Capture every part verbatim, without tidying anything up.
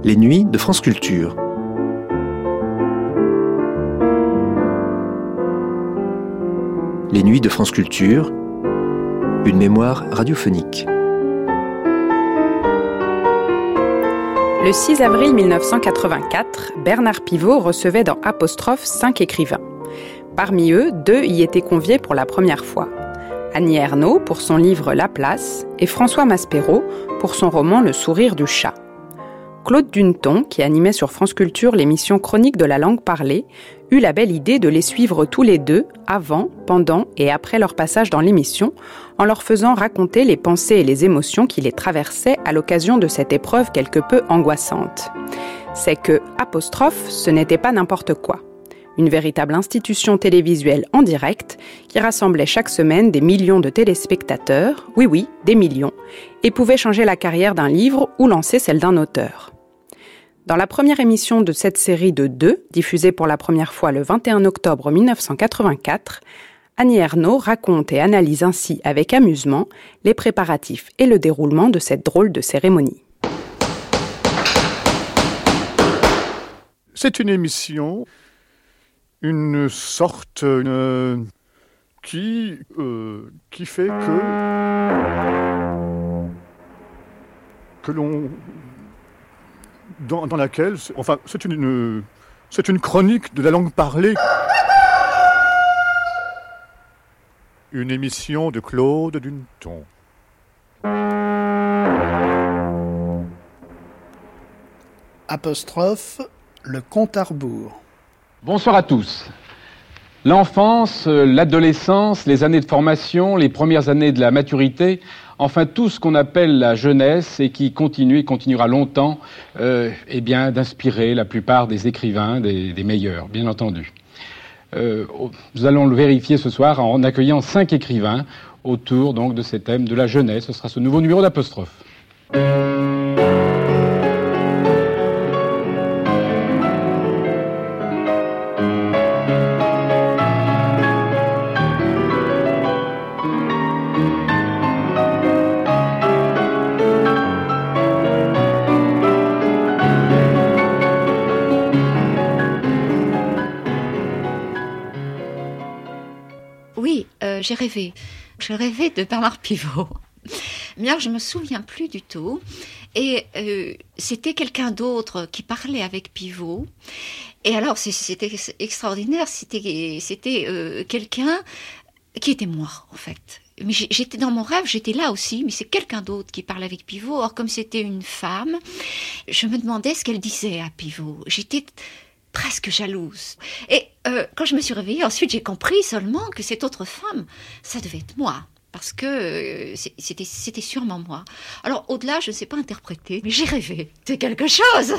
Les nuits de France Culture. Les nuits de France Culture, une mémoire radiophonique. Le six avril mille neuf cent quatre-vingt-quatre, Bernard Pivot recevait dans Apostrophe cinq écrivains. Parmi eux, deux y étaient conviés pour la première fois. Annie Ernaux pour son livre La Place et François Maspero pour son roman Le sourire du chat. Claude Duneton, qui animait sur France Culture l'émission Chronique de la langue parlée, eut la belle idée de les suivre tous les deux avant, pendant et après leur passage dans l'émission, en leur faisant raconter les pensées et les émotions qui les traversaient à l'occasion de cette épreuve quelque peu angoissante. C'est que Apostrophe, ce n'était pas n'importe quoi. Une véritable institution télévisuelle en direct qui rassemblait chaque semaine des millions de téléspectateurs, oui oui, des millions, et pouvait changer la carrière d'un livre ou lancer celle d'un auteur. Dans la première émission de cette série de deux, diffusée pour la première fois le vingt et un octobre mille neuf cent quatre-vingt-quatre, Annie Ernaux raconte et analyse ainsi avec amusement les préparatifs et le déroulement de cette drôle de cérémonie. C'est une émission, une sorte une, qui, euh, qui fait que, que l'on... Dans, dans laquelle, enfin, c'est une, c'est une chronique de la langue parlée. Une émission de Claude Duneton. Apostrophe, le compte à rebours. Bonsoir à tous. L'enfance, l'adolescence, les années de formation, les premières années de la maturité, enfin tout ce qu'on appelle la jeunesse et qui continue et continuera longtemps euh, eh bien, d'inspirer la plupart des écrivains, des, des meilleurs, bien entendu. Euh, nous allons le vérifier ce soir en accueillant cinq écrivains autour donc, de ces thèmes de la jeunesse. Ce sera ce nouveau numéro d'Apostrophe. J'ai rêvé. Je rêvais de Bernard Pivot. Mais alors, je ne me souviens plus du tout. Et euh, c'était quelqu'un d'autre qui parlait avec Pivot. Et alors, c'était extraordinaire. C'était, c'était euh, quelqu'un qui était moi, en fait. Mais j'étais dans mon rêve, j'étais là aussi, mais c'est quelqu'un d'autre qui parlait avec Pivot. Or, comme c'était une femme, je me demandais ce qu'elle disait à Pivot. J'étais presque jalouse. Et euh, quand je me suis réveillée, ensuite j'ai compris seulement que cette autre femme, ça devait être moi. Parce que euh, c'était, c'était sûrement moi. Alors au-delà, je ne sais pas interpréter, mais j'ai rêvé de quelque chose.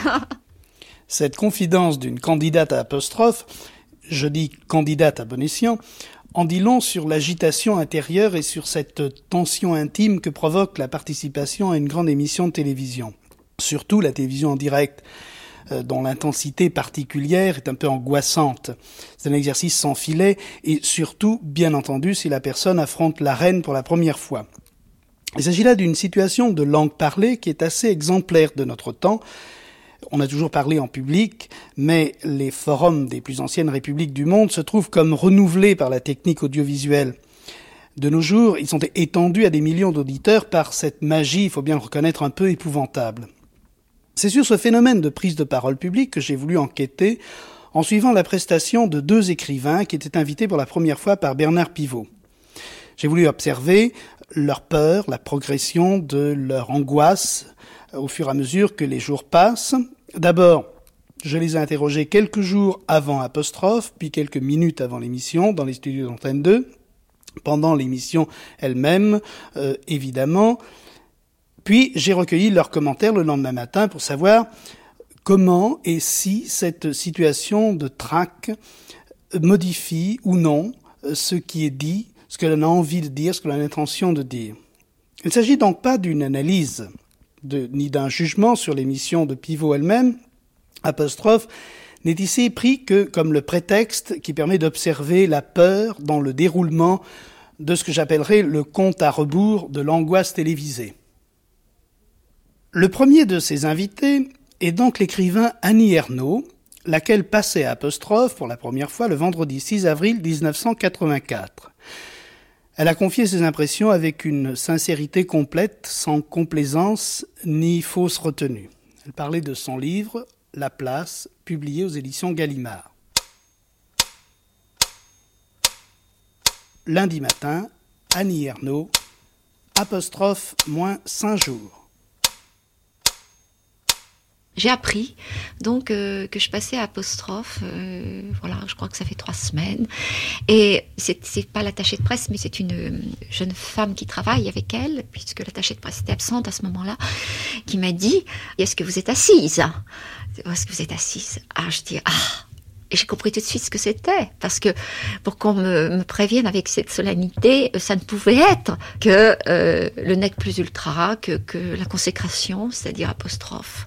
Cette confidence d'une candidate à Apostrophe, je dis candidate à bon escient, en dit long sur l'agitation intérieure et sur cette tension intime que provoque la participation à une grande émission de télévision. Surtout la télévision en direct, dont l'intensité particulière est un peu angoissante. C'est un exercice sans filet et surtout, bien entendu, si la personne affronte l'arène pour la première fois. Il s'agit là d'une situation de langue parlée qui est assez exemplaire de notre temps. On a toujours parlé en public, mais les forums des plus anciennes républiques du monde se trouvent comme renouvelés par la technique audiovisuelle. De nos jours, ils sont étendus à des millions d'auditeurs par cette magie, il faut bien le reconnaître, un peu épouvantable. C'est sur ce phénomène de prise de parole publique que j'ai voulu enquêter en suivant la prestation de deux écrivains qui étaient invités pour la première fois par Bernard Pivot. J'ai voulu observer leur peur, la progression de leur angoisse au fur et à mesure que les jours passent. D'abord, je les ai interrogés quelques jours avant Apostrophe, puis quelques minutes avant l'émission dans les studios d'Antenne deux, pendant l'émission elle-même, euh, évidemment. Puis, j'ai recueilli leurs commentaires le lendemain matin pour savoir comment et si cette situation de trac modifie ou non ce qui est dit, ce que l'on a envie de dire, ce que l'on a l'intention de dire. Il ne s'agit donc pas d'une analyse de, ni d'un jugement sur l'émission de Pivot elle-même. Apostrophe n'est ici pris que comme le prétexte qui permet d'observer la peur dans le déroulement de ce que j'appellerais le compte à rebours de l'angoisse télévisée. Le premier de ces invités est donc l'écrivain Annie Ernaux, laquelle passait à apostrophe pour la première fois le vendredi six avril dix-neuf cent quatre-vingt-quatre. Elle a confié ses impressions avec une sincérité complète, sans complaisance ni fausse retenue. Elle parlait de son livre « La place », publié aux éditions Gallimard. Lundi matin, Annie Ernaux, apostrophe moins cinq jours. J'ai appris donc euh, que je passais à apostrophe, euh, voilà, je crois que ça fait trois semaines. Et c'est, c'est pas l'attachée de presse, mais c'est une euh, jeune femme qui travaille avec elle, puisque l'attachée de presse était absente à ce moment-là, qui m'a dit « Est-ce que vous êtes assise ?»« Est-ce que vous êtes assise ?» Ah, je dis « Ah !» Et j'ai compris tout de suite ce que c'était, parce que pour qu'on me, me prévienne avec cette solennité, ça ne pouvait être que euh, le nec plus ultra, que, que la consécration, c'est-à-dire apostrophe.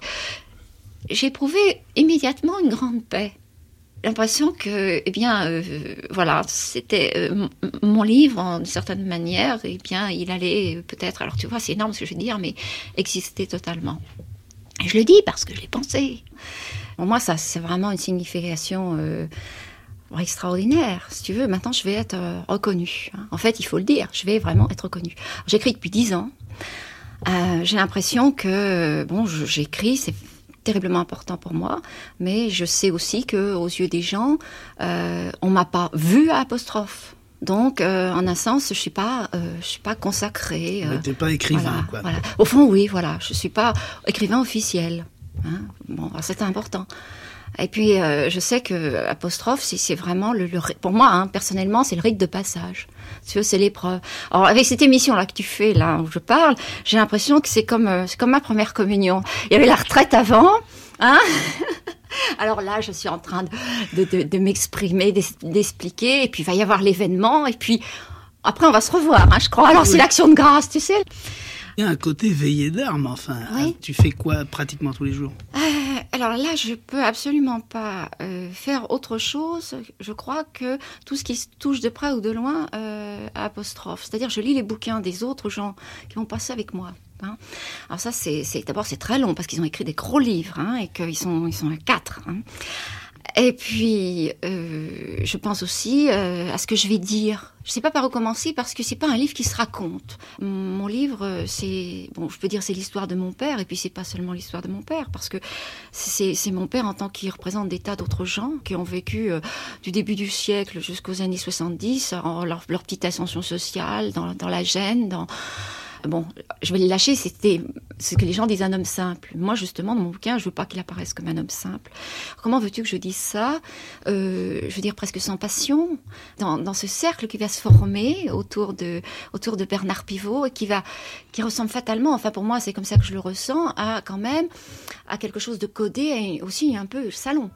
J'ai éprouvé immédiatement une grande paix. L'impression que, eh bien, euh, voilà, c'était euh, m- mon livre, en d'une certaine manière, eh bien, il allait peut-être, alors tu vois, c'est énorme ce que je veux dire, mais exister totalement. Et je le dis parce que je l'ai pensé. Pour moi, ça, c'est vraiment une signification euh, extraordinaire. Si tu veux, maintenant, je vais être euh, reconnue. Hein. En fait, il faut le dire, je vais vraiment être reconnue. J'écris depuis dix ans. Euh, j'ai l'impression que, bon, je, j'écris, c'est terriblement important pour moi, mais je sais aussi qu'aux yeux des gens, euh, on m'a pas vue à apostrophe. Donc, euh, en un sens, je suis pas, euh, je suis pas consacrée. Euh, t'es pas écrivain, voilà, quoi. Voilà. Au fond, oui, voilà, je suis pas écrivain officiel. Hein. Bon, c'est important. Et puis, euh, je sais que apostrophe, c'est, c'est vraiment le, le, pour moi, hein, personnellement, c'est le rite de passage. Tu vois, c'est l'épreuve. Alors, avec cette émission-là que tu fais, là où je parle, j'ai l'impression que c'est comme, euh, c'est comme ma première communion. Il y avait la retraite avant, hein. Alors là, je suis en train de, de, de, de m'exprimer, d'expliquer, et puis il va y avoir l'événement, et puis après, on va se revoir, hein, je crois. Alors, oui. C'est l'action de grâce, tu sais. Il y a un côté veillée d'armes, enfin. Oui. Tu fais quoi pratiquement tous les jours ? euh, Alors là, je peux absolument pas euh, faire autre chose. Je crois que tout ce qui se touche de près ou de loin euh, à apostrophe. C'est-à-dire, je lis les bouquins des autres gens qui vont passer avec moi. Hein. Alors ça, c'est, c'est d'abord c'est très long parce qu'ils ont écrit des gros livres hein, et qu'ils sont ils sont à quatre. Hein. Et puis, euh, je pense aussi euh, à ce que je vais dire. Je ne sais pas par où commencer parce que c'est pas un livre qui se raconte. Mon livre, c'est, bon, je peux dire c'est l'histoire de mon père, et puis c'est pas seulement l'histoire de mon père, parce que c'est, c'est mon père en tant qu'il représente des tas d'autres gens qui ont vécu euh, du début du siècle jusqu'aux années soixante-dix, en leur, leur petite ascension sociale, dans, dans la gêne, dans... Bon, je vais le lâcher, c'était ce que les gens disent un homme simple. Moi, justement, dans mon bouquin, je veux pas qu'il apparaisse comme un homme simple. Comment veux-tu que je dise ça ? euh, Je veux dire presque sans passion, dans, dans ce cercle qui va se former autour de, autour de Bernard Pivot et qui va, qui ressemble fatalement, enfin pour moi, c'est comme ça que je le ressens, à quand même, à quelque chose de codé et aussi un peu salon.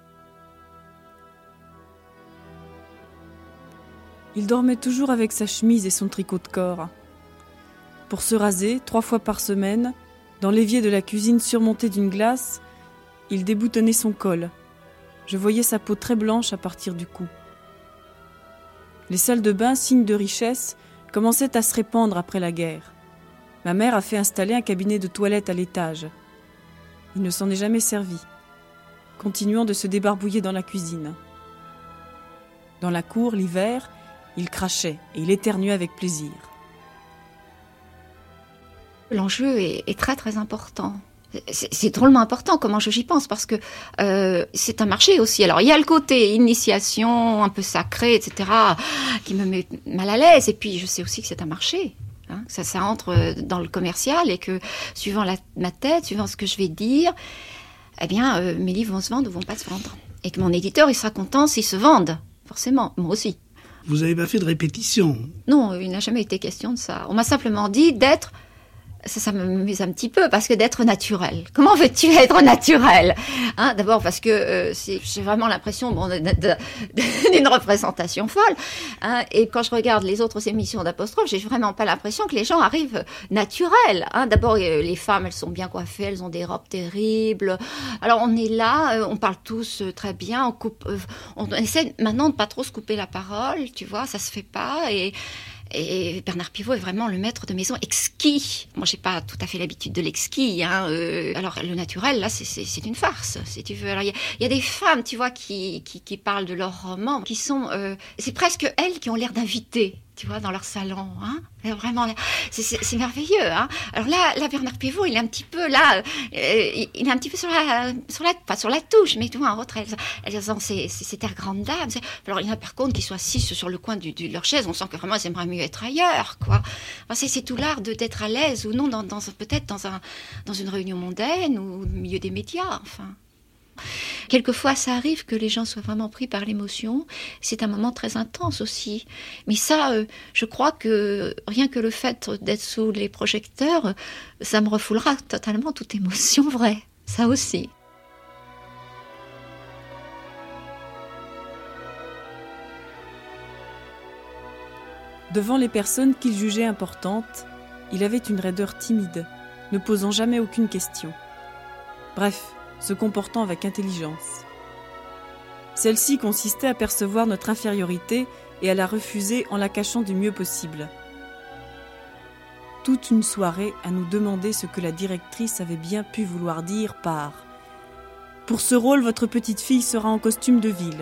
Il dormait toujours avec sa chemise et son tricot de corps. Pour se raser, trois fois par semaine, dans l'évier de la cuisine surmonté d'une glace, il déboutonnait son col. Je voyais sa peau très blanche à partir du cou. Les salles de bain, signe de richesse, commençaient à se répandre après la guerre. Ma mère a fait installer un cabinet de toilette à l'étage. Il ne s'en est jamais servi, continuant de se débarbouiller dans la cuisine. Dans la cour, l'hiver, il crachait et il éternuait avec plaisir. L'enjeu est, est très très important. C'est, c'est drôlement important comment je, j'y pense parce que euh, c'est un marché aussi. Alors il y a le côté initiation un peu sacré, et cetera, qui me met mal à l'aise. Et puis je sais aussi que c'est un marché. Hein, ça, ça entre dans le commercial et que suivant la, ma tête, suivant ce que je vais dire, eh bien euh, mes livres vont se vendre ou vont pas se vendre. Et que mon éditeur il sera content s'ils se vendent, forcément. Moi aussi. Vous n'avez pas fait de répétition ? Non, il n'a jamais été question de ça. On m'a simplement dit d'être... Ça, ça m'amuse un petit peu parce que d'être naturel. Comment veux-tu être naturel ? Hein, d'abord parce que euh, c'est, j'ai vraiment l'impression bon, de, de, de, d'une représentation folle. Hein, et quand je regarde les autres émissions d'apostrophe, j'ai vraiment pas l'impression que les gens arrivent naturels. Hein, d'abord, euh, les femmes, elles sont bien coiffées, elles ont des robes terribles. Alors on est là, euh, on parle tous euh, très bien, on coupe, euh, on essaie maintenant de pas trop se couper la parole, tu vois, ça se fait pas et Et Bernard Pivot est vraiment le maître de maison exquis. Moi, j'ai pas tout à fait l'habitude de l'exquis. Hein. Euh, alors, le naturel, là, c'est, c'est, c'est une farce, si tu veux. Alors, il y, y a des femmes, tu vois, qui, qui, qui parlent de leurs romans, qui sont... Euh, c'est presque elles qui ont l'air d'inviter, tu vois, dans leur salon. Hein. Vraiment, c'est, c'est, c'est merveilleux. Hein. Alors là, là, Bernard Pivot, il est un petit peu là, euh, il est un petit peu sur la, sur la, pas sur la touche, mais tu vois, en retrait. Elles, elles ont ces, ces, ces terres grandes dames. Alors, il y en a par contre qui sont assises sur le coin du, du, de leur chaise. On sent que vraiment, elles aimeraient mieux être ailleurs, quoi. Enfin, c'est, c'est tout l'art de, d'être à l'aise ou non, dans, dans, peut-être dans, un, dans une réunion mondaine ou au milieu des médias, enfin. Quelquefois, ça arrive que les gens soient vraiment pris par l'émotion. C'est un moment très intense aussi. Mais ça, euh, je crois que rien que le fait d'être sous les projecteurs, ça me refoulera totalement toute émotion vraie. Ça aussi. Devant les personnes qu'il jugeait importantes, il avait une raideur timide, ne posant jamais aucune question. Bref, se comportant avec intelligence. Celle-ci consistait à percevoir notre infériorité et à la refuser en la cachant du mieux possible. Toute une soirée à nous demander ce que la directrice avait bien pu vouloir dire par « Pour ce rôle, votre petite fille sera en costume de ville ».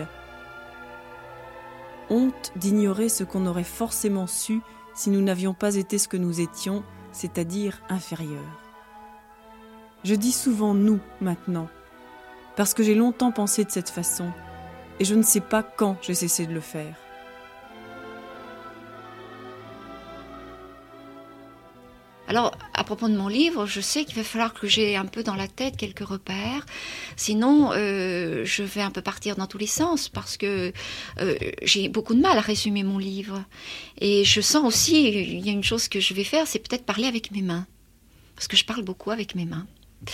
Honte d'ignorer ce qu'on aurait forcément su si nous n'avions pas été ce que nous étions, c'est-à-dire inférieurs. Je dis souvent « nous » maintenant, parce que j'ai longtemps pensé de cette façon, et je ne sais pas quand j'ai cessé de le faire. Alors, à propos de mon livre, je sais qu'il va falloir que j'ai un peu dans la tête quelques repères, sinon euh, je vais un peu partir dans tous les sens, parce que euh, j'ai beaucoup de mal à résumer mon livre. Et je sens aussi, il y a une chose que je vais faire, c'est peut-être parler avec mes mains, parce que je parle beaucoup avec mes mains.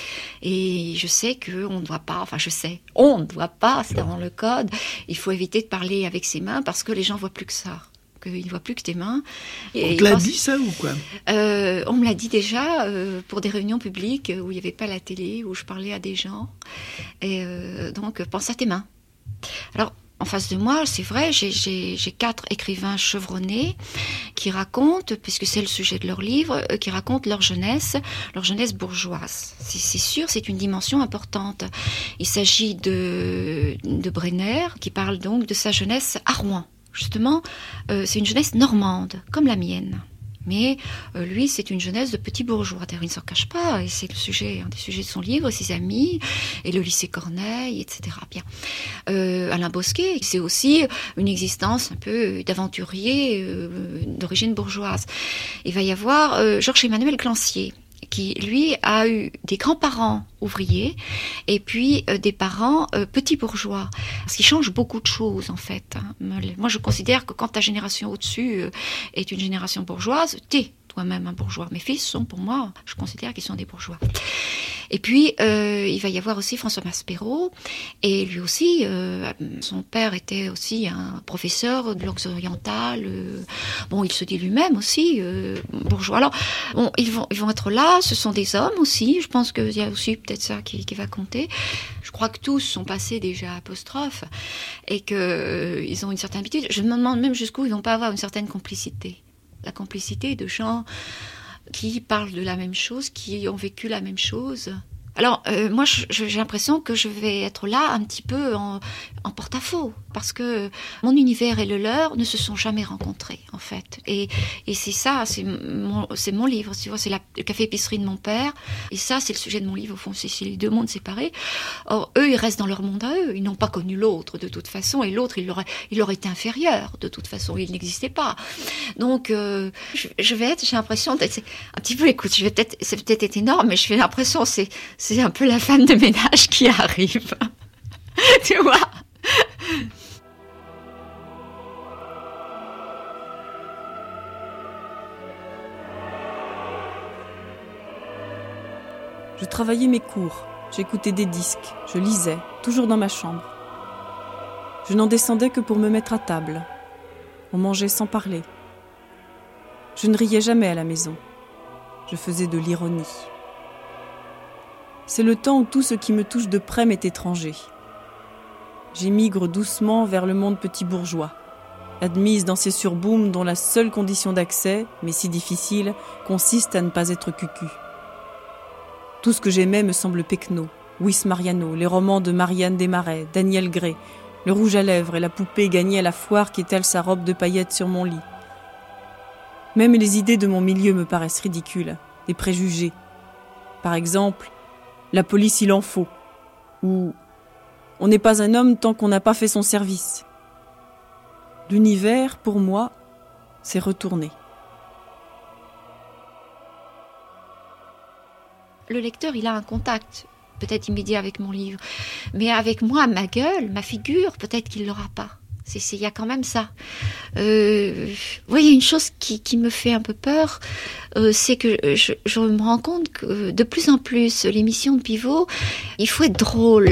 Et je sais qu'on ne doit pas, enfin je sais, on ne doit pas, c'est dans le code, il faut éviter de parler avec ses mains parce que les gens ne voient plus que ça, qu'ils ne voient plus que tes mains. Et on te l'a pensent... dit ça ou quoi euh, On me l'a dit déjà euh, pour des réunions publiques où il n'y avait pas la télé, où je parlais à des gens. Et euh, donc, pense à tes mains. Alors, en face de moi, c'est vrai, j'ai, j'ai, j'ai quatre écrivains chevronnés qui racontent, puisque c'est le sujet de leur livre, euh, qui racontent leur jeunesse, leur jeunesse bourgeoise. C'est, c'est sûr, c'est une dimension importante. Il s'agit de, de Brenner, qui parle donc de sa jeunesse à Rouen. Justement, euh, c'est une jeunesse normande, comme la mienne. Mais euh, lui, c'est une jeunesse de petit bourgeois. D'ailleurs, il ne s'en cache pas, et c'est le sujet, un des sujets de son livre, ses amis, et le lycée Corneille, et cetera. Bien. Euh, Alain Bosquet, c'est aussi une existence un peu d'aventurier euh, d'origine bourgeoise. Il va y avoir euh, Georges-Emmanuel Clancier, qui, lui, a eu des grands-parents ouvriers et puis euh, des parents euh, petits bourgeois. Parce qu'il change beaucoup de choses, en fait. Hein. Moi, je considère que quand ta génération au-dessus euh, est une génération bourgeoise, t'es toi-même un bourgeois. Mes fils sont, pour moi, je considère qu'ils sont des bourgeois. Et puis, euh, il va y avoir aussi François Maspero, et lui aussi, euh, son père était aussi un professeur de langues orientales. Euh, bon, il se dit lui-même aussi euh, bourgeois. Alors, bon, ils vont, ils vont être là, ce sont des hommes aussi, je pense qu'il y a aussi peut-être ça qui, qui va compter. Je crois que tous sont passés déjà apostrophe, et qu'ils euh, ont une certaine habitude. Je me demande même jusqu'où ils vont pas avoir une certaine complicité. La complicité de gens qui parlent de la même chose, qui ont vécu la même chose. Alors, euh, moi, je, j'ai l'impression que je vais être là un petit peu en, en porte-à-faux, parce que mon univers et le leur ne se sont jamais rencontrés, en fait. Et, et c'est ça, c'est mon, c'est mon livre, tu vois, c'est la, le café-épicerie de mon père, et ça, c'est le sujet de mon livre, au fond, c'est, c'est les deux mondes séparés. Or, eux, ils restent dans leur monde à eux, ils n'ont pas connu l'autre, de toute façon, et l'autre, il leur, a, il leur était inférieur, de toute façon, il n'existait pas. Donc, euh, je, je vais être, j'ai l'impression d'être, un petit peu, écoute, je vais peut-être, c'est peut-être être énorme, mais j'ai l'impression, c'est C'est un peu la femme de ménage qui arrive. Tu vois ? Je travaillais mes cours, j'écoutais des disques, je lisais, toujours dans ma chambre. Je n'en descendais que pour me mettre à table. On mangeait sans parler. Je ne riais jamais à la maison. Je faisais de l'ironie. C'est le temps où tout ce qui me touche de près m'est étranger. J'émigre doucement vers le monde petit bourgeois. admise dans ces surbooms dont la seule condition d'accès, mais si difficile, consiste à ne pas être cucu. Tout ce que j'aimais me semble pecno. Luis Mariano, les romans de Marianne Desmarais, Daniel Gray, le rouge à lèvres et la poupée gagnée à la foire qui étale sa robe de paillettes sur mon lit. Même les idées de mon milieu me paraissent ridicules, des préjugés. Par exemple, la police il en faut, ou on n'est pas un homme tant qu'on n'a pas fait son service. L'univers, pour moi, s'est retourné. Le lecteur, il a un contact, peut-être immédiat avec mon livre, mais avec moi, ma gueule, ma figure, peut-être qu'il ne l'aura pas. Il y a quand même ça. Euh, oui, il y a une chose qui, qui me fait un peu peur, euh, c'est que je, je me rends compte que de plus en plus, l'émission de Pivot, il faut être drôle,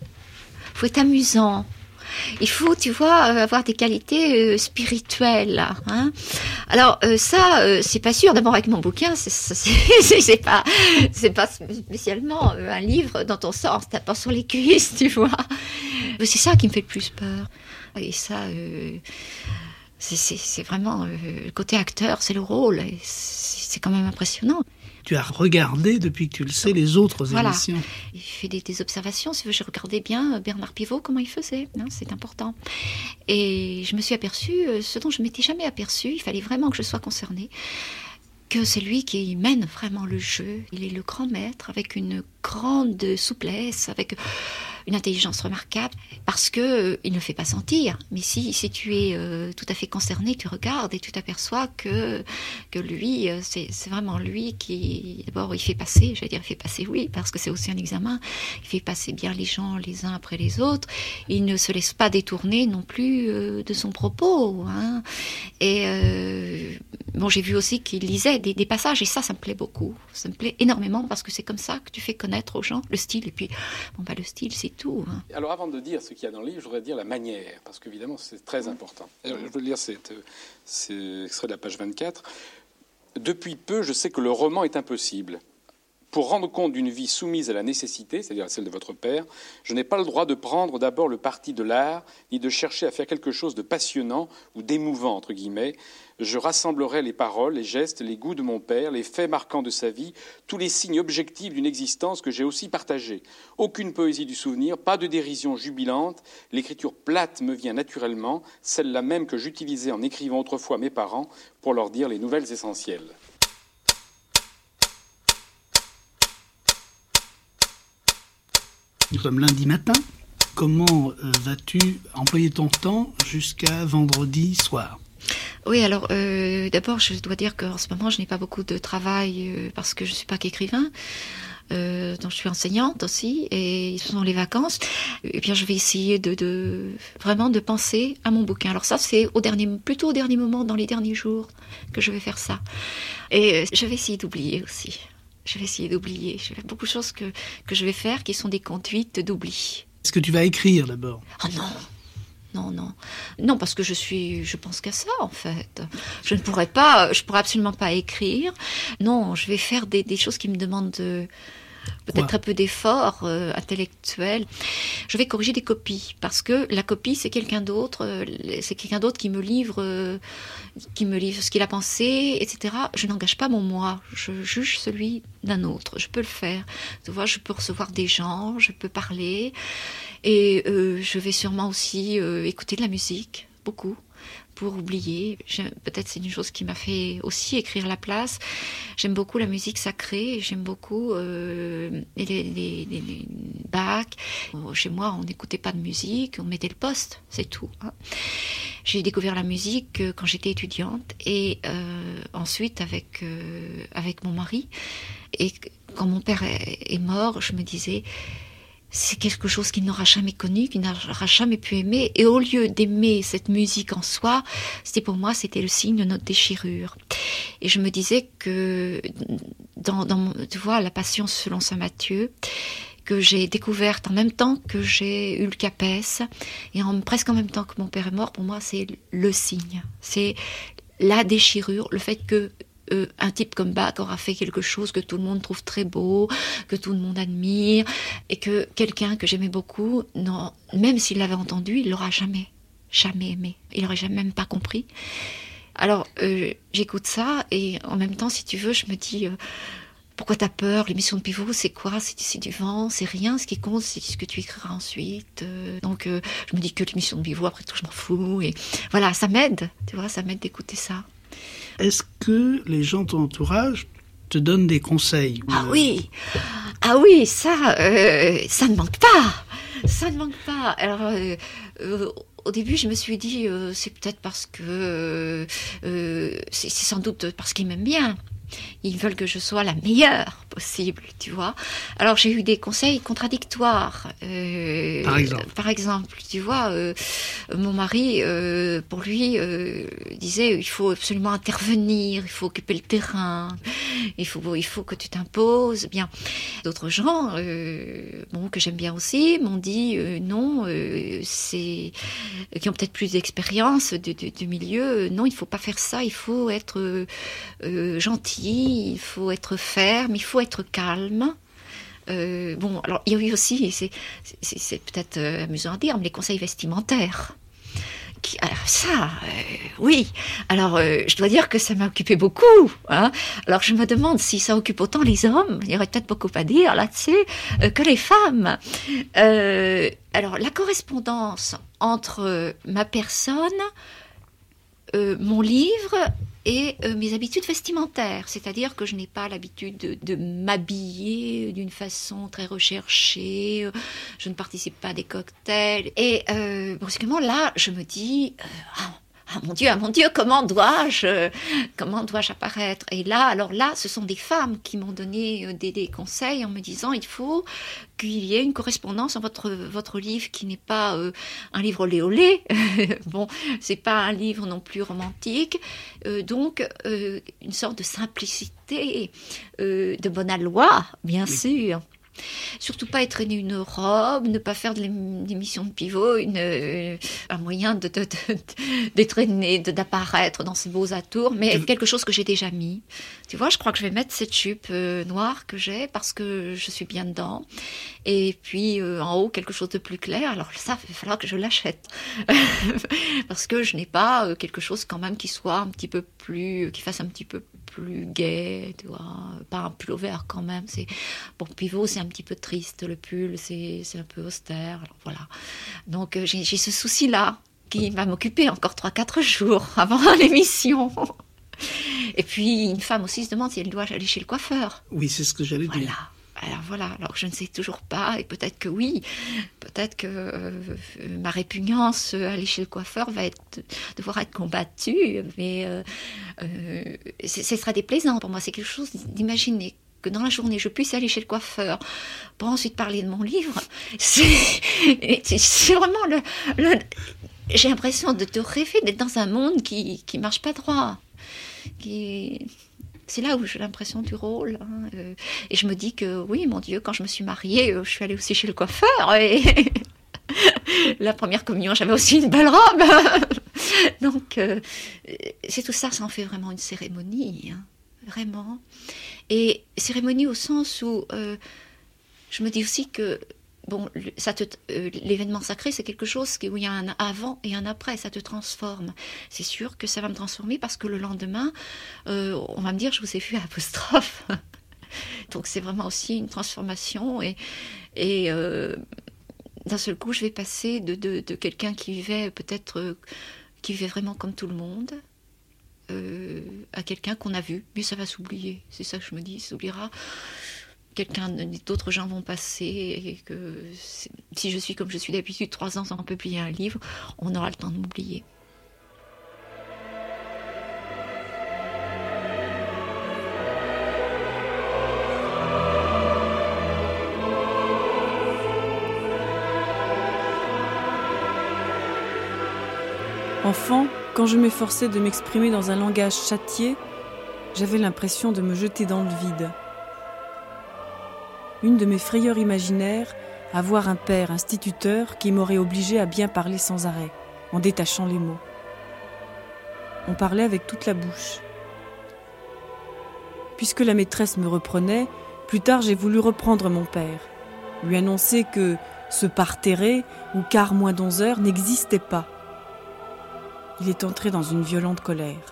il faut être amusant. Il faut, tu vois, avoir des qualités euh, spirituelles. Hein. Alors euh, ça, euh, c'est pas sûr. D'abord avec mon bouquin, c'est, c'est, c'est, c'est pas, c'est pas spécialement un livre dont on sort en se tapant sur les cuisses, tu vois. C'est ça qui me fait le plus peur. Et ça, euh, c'est, c'est, c'est vraiment euh, le côté acteur, c'est le rôle. Et c'est, c'est quand même impressionnant. Tu as regardé, depuis que tu le sais, les autres voilà. émissions. Il fait des, des observations. Si je regardais bien Bernard Pivot, comment il faisait. Hein, c'est important. Et je me suis aperçue, ce dont je ne m'étais jamais aperçue, il fallait vraiment que je sois concernée, que c'est lui qui mène vraiment le jeu. Il est le grand maître, avec une grande souplesse, avec une intelligence remarquable, parce que euh, il ne fait pas sentir. Mais si, si tu es euh, tout à fait concerné, tu regardes et tu t'aperçois que, que lui, euh, c'est, c'est vraiment lui qui, d'abord, il fait passer, j'allais dire, il fait passer, oui, parce que c'est aussi un examen, il fait passer bien les gens les uns après les autres, il ne se laisse pas détourner non plus euh, de son propos. Hein. Et euh, bon, j'ai vu aussi qu'il lisait des, des passages, et ça, ça me plaît beaucoup. Ça me plaît énormément, parce que c'est comme ça que tu fais connaître aux gens le style. Et puis, bon, bah, le style, c'est tout. Hein. Alors, avant de dire ce qu'il y a dans le livre, je voudrais dire la manière, parce qu'évidemment, c'est très important. Alors, je veux lire cet, cet extrait de la page vingt-quatre. « Depuis peu, je sais que le roman est impossible. Pour rendre compte d'une vie soumise à la nécessité, c'est-à-dire à celle de votre père, je n'ai pas le droit de prendre d'abord le parti de l'art, ni de chercher à faire quelque chose de passionnant ou d'émouvant, entre guillemets. Je rassemblerai les paroles, les gestes, les goûts de mon père, les faits marquants de sa vie, tous les signes objectifs d'une existence que j'ai aussi partagée. Aucune poésie du souvenir, pas de dérision jubilante. L'écriture plate me vient naturellement, celle-là même que j'utilisais en écrivant autrefois à mes parents pour leur dire les nouvelles essentielles. » Nous sommes lundi matin. Comment euh, vas-tu employer ton temps jusqu'à vendredi soir ? Oui, alors euh, d'abord, je dois dire qu'en ce moment, je n'ai pas beaucoup de travail euh, parce que je ne suis pas qu'écrivain. Euh, donc je suis enseignante aussi, et ce sont les vacances. Et bien, je vais essayer de, de vraiment de penser à mon bouquin. Alors ça, c'est au dernier, plutôt au dernier moment, dans les derniers jours, que je vais faire ça. Et euh, je vais essayer d'oublier aussi. Je vais essayer d'oublier. J'ai beaucoup de choses que, que je vais faire qui sont des conduites d'oubli. Est-ce que tu vas écrire d'abord ? Oh non, non, non. Non, parce que je suis, je pense qu'à ça, en fait. Je ne pourrais pas, je pourrais absolument pas écrire. Non, je vais faire des, des choses qui me demandent de, peut-être un peu d'effort euh, intellectuel. Je vais corriger des copies, parce que la copie, c'est quelqu'un d'autre, euh, c'est quelqu'un d'autre qui me livre, euh, qui me livre ce qu'il a pensé, et cetera. Je n'engage pas mon moi, je juge celui d'un autre. Je peux le faire. Tu vois, je peux recevoir des gens, je peux parler, et euh, je vais sûrement aussi euh, écouter de la musique, beaucoup, pour oublier. J'aime, peut-être c'est une chose qui m'a fait aussi écrire La Place. J'aime beaucoup la musique sacrée, j'aime beaucoup euh, les, les, les, les Bach. Chez moi, on n'écoutait pas de musique, on mettait le poste, c'est tout. Hein. J'ai découvert la musique quand j'étais étudiante, et euh, ensuite avec, euh, avec mon mari. Et quand mon père est, est mort, je me disais... c'est quelque chose qu'il n'aura jamais connu, qu'il n'aura jamais pu aimer. Et au lieu d'aimer cette musique en soi, c'était pour moi, c'était le signe de notre déchirure. Et je me disais que dans, dans tu vois, la Passion selon saint Matthieu, que j'ai découverte en même temps que j'ai eu le CAPES, et en, presque en même temps que mon père est mort, pour moi, c'est le signe. C'est la déchirure, le fait que Euh, un type comme Bach aura fait quelque chose que tout le monde trouve très beau, que tout le monde admire, et que quelqu'un que j'aimais beaucoup, non, même s'il l'avait entendu, il l'aura jamais jamais aimé. Il n'aurait jamais même pas compris. Alors, euh, j'écoute ça et en même temps, si tu veux, je me dis... Euh, pourquoi t'as peur? L'émission de Pivot, c'est quoi? c'est, c'est du vent, c'est rien. Ce qui compte, c'est ce que tu écriras ensuite. Euh, donc, euh, je me dis que l'émission de Pivot, après tout, je m'en fous. Et voilà, ça m'aide. Tu vois, ça m'aide d'écouter ça. Est-ce que les gens de ton entourage te donnent des conseils? Ah oui, ah oui, ça, euh, ça ne manque pas. Ça ne manque pas. Alors, euh, euh, au début, je me suis dit, euh, c'est peut-être parce que, euh, euh, c'est, c'est sans doute parce qu'ils m'aiment bien. Ils veulent que je sois la meilleure possible, tu vois. Alors, j'ai eu des conseils contradictoires. Euh, par exemple Par exemple, tu vois, euh, mon mari, euh, pour lui, euh, disait, il faut absolument intervenir, il faut occuper le terrain, il faut, il faut que tu t'imposes. Bien. D'autres gens, euh, bon, que j'aime bien aussi, m'ont dit, euh, non, euh, c'est... qui ont peut-être plus d'expérience du, du, du milieu, non, il ne faut pas faire ça, il faut être euh, euh, gentil, il faut être ferme, il faut être calme. Euh, bon, alors il y a eu aussi, c'est, c'est, c'est peut-être euh, amusant à dire, mais les conseils vestimentaires. Qui, alors ça, euh, oui. Alors euh, je dois dire que ça m'a occupé beaucoup. Hein. Alors je me demande si ça occupe autant les hommes. Il y aurait peut-être beaucoup à dire là-dessus euh, que les femmes. Euh, alors la correspondance entre ma personne, euh, mon livre et euh, mes habitudes vestimentaires, c'est-à-dire que je n'ai pas l'habitude de, de m'habiller d'une façon très recherchée, euh, je ne participe pas à des cocktails, et euh, brusquement là, je me dis, euh, ah, ah mon Dieu, ah mon Dieu, comment dois-je, comment dois-je apparaître? Et là, alors là, ce sont des femmes qui m'ont donné des, des conseils en me disant, il faut qu'il y ait une correspondance en votre, votre livre qui n'est pas euh, un livre olé olé, bon, c'est pas un livre non plus romantique, euh, donc euh, une sorte de simplicité, euh, de bonne aloi, bien oui. sûr. Surtout pas étraîner une robe, ne pas faire de l'émission de Pivot une, euh, un moyen de, de, de, d'étraîner, de, d'apparaître dans ces beaux atours, mais quelque chose que j'ai déjà mis. Tu vois, je crois que je vais mettre cette jupe euh, noire que j'ai parce que je suis bien dedans. Et puis euh, en haut, quelque chose de plus clair. Alors ça, il va falloir que je l'achète. Parce que je n'ai pas euh, quelque chose quand même qui soit un petit peu plus, qui fasse un petit peu plus gai, tu vois. Pas un pull vert quand même. C'est... Pour Pivot, c'est un petit peu triste. Le pull, c'est, c'est un peu austère. Alors voilà. Donc euh, j'ai, j'ai ce souci-là qui va m'occuper encore trois quatre jours avant l'émission. Et puis, une femme aussi se demande si elle doit aller chez le coiffeur. Oui, c'est ce que j'allais voilà. dire. Alors voilà, alors je ne sais toujours pas, et peut-être que oui, peut-être que euh, ma répugnance à aller chez le coiffeur va être, devoir être combattue, mais euh, euh, ce sera déplaisant pour moi. C'est quelque chose d'imaginer que dans la journée, je puisse aller chez le coiffeur pour ensuite parler de mon livre. C'est, c'est vraiment le, le... J'ai l'impression de, de rêver d'être dans un monde qui ne marche pas droit. Qui... C'est là où j'ai l'impression du rôle. Hein. Et je me dis que, oui, mon Dieu, quand je me suis mariée, je suis allée aussi chez le coiffeur. Et la première communion, j'avais aussi une belle robe. Donc, euh, c'est tout ça, ça en fait vraiment une cérémonie. Hein. Vraiment. Et cérémonie au sens où euh, je me dis aussi que bon, ça te, euh, l'événement sacré, c'est quelque chose où il y a un avant et un après, ça te transforme. C'est sûr que ça va me transformer parce que le lendemain, euh, on va me dire, je vous ai vu à apostrophe. Donc c'est vraiment aussi une transformation et, et euh, d'un seul coup, je vais passer de, de, de quelqu'un qui vivait peut-être, euh, qui vivait vraiment comme tout le monde, euh, à quelqu'un qu'on a vu, mais ça va s'oublier. C'est ça que je me dis, ça s'oubliera. Quelqu'un, d'autres gens vont passer et que si je suis comme je suis d'habitude, trois ans sans publier un livre, on aura le temps de m'oublier. Enfant, quand je m'efforçais de m'exprimer dans un langage châtié, j'avais l'impression de me jeter dans le vide. Une de mes frayeurs imaginaires, avoir un père instituteur qui m'aurait obligé à bien parler sans arrêt, en détachant les mots. On parlait avec toute la bouche. Puisque la maîtresse me reprenait, plus tard j'ai voulu reprendre mon père, lui annoncer que ce parterré ou quart moins d'onze heures n'existait pas, Il est entré dans une violente colère.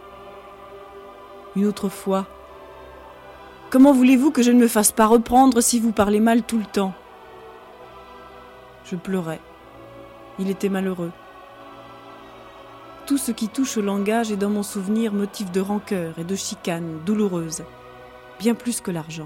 Une autre fois, « Comment voulez-vous que je ne me fasse pas reprendre si vous parlez mal tout le temps ?» Je pleurais. Il était malheureux. Tout ce qui touche au langage est dans mon souvenir motif de rancœur et de chicane douloureuse, bien plus que l'argent.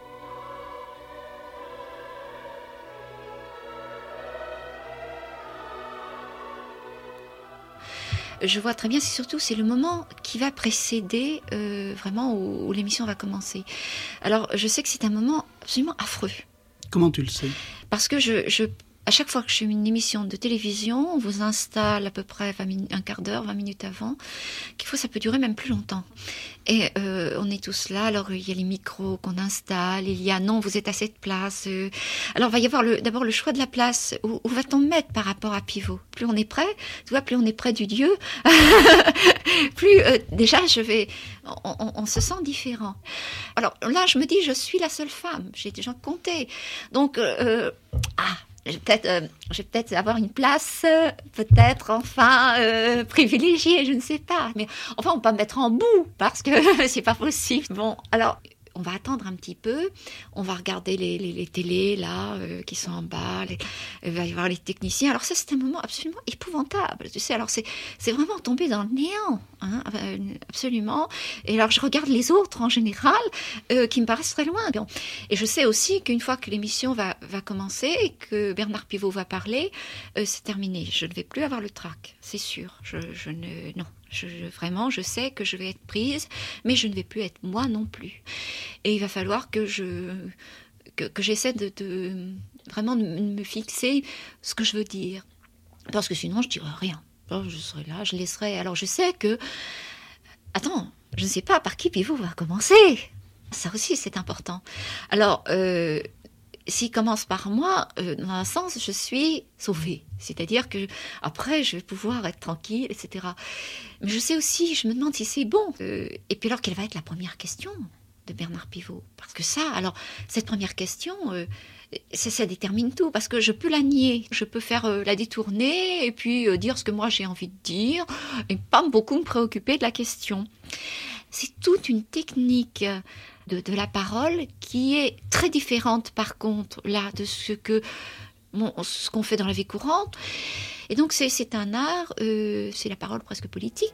Je vois très bien, c'est surtout c'est le moment qui va précéder euh, vraiment où, où l'émission va commencer. Alors je sais que c'est un moment absolument affreux. Comment tu le sais ? Parce que je, je à chaque fois que je fais une émission de télévision, on vous installe à peu près vingt minutes, un quart d'heure, vingt minutes avant, qu'il faut, ça peut durer même plus longtemps. Et euh, on est tous là, alors il y a les micros qu'on installe, il y a non, vous êtes à cette place. Euh, alors il va y avoir le, d'abord le choix de la place, où, où va-t-on mettre par rapport à Pivot ? Plus on est près, tu vois, plus on est près du Dieu, plus euh, déjà je vais, on, on, on se sent différent. Alors là, je me dis, je suis la seule femme, j'ai déjà compté. Donc, euh, ah, Je vais peut-être, euh, je vais peut-être avoir une place, euh, peut-être, enfin, euh, privilégiée, je ne sais pas. Mais enfin, on ne peut pas me mettre en bout, parce que c'est pas possible. Bon, alors, on va attendre un petit peu. On va regarder les, les, les télés, là, euh, qui sont en bas. Les, il va y avoir les techniciens. Alors ça, c'est un moment absolument épouvantable, tu sais. Alors, c'est, c'est vraiment tomber dans le néant, hein, absolument. Et alors, je regarde les autres, en général, euh, qui me paraissent très loin. Bon. Et je sais aussi qu'une fois que l'émission va, va commencer et que Bernard Pivot va parler, euh, c'est terminé. Je ne vais plus avoir le trac, c'est sûr. Je, je ne... Non. Je, je, vraiment, je sais que je vais être prise, mais je ne vais plus être moi non plus. Et il va falloir que je que, que j'essaie de, de vraiment de me fixer ce que je veux dire, parce que sinon je dirai rien. Alors, je serai là, je laisserai. Alors je sais que, attends, je ne sais pas par qui Pivot va commencer. Ça aussi c'est important. Alors euh, s'il commence par moi, euh, dans un sens, je suis sauvée. C'est-à-dire que après, je vais pouvoir être tranquille, et cetera. Mais je sais aussi, je me demande si c'est bon. Euh, et puis alors, quelle va être la première question de Bernard Pivot ? Parce que ça, alors, cette première question, euh, ça, ça détermine tout. Parce que je peux la nier, je peux faire euh, la détourner, et puis euh, dire ce que moi j'ai envie de dire, et pas beaucoup me préoccuper de la question. C'est toute une technique de, de la parole qui est très différente, par contre, là, de ce que... Bon, ce qu'on fait dans la vie courante. Et donc, c'est, c'est un art, euh, c'est la parole presque politique.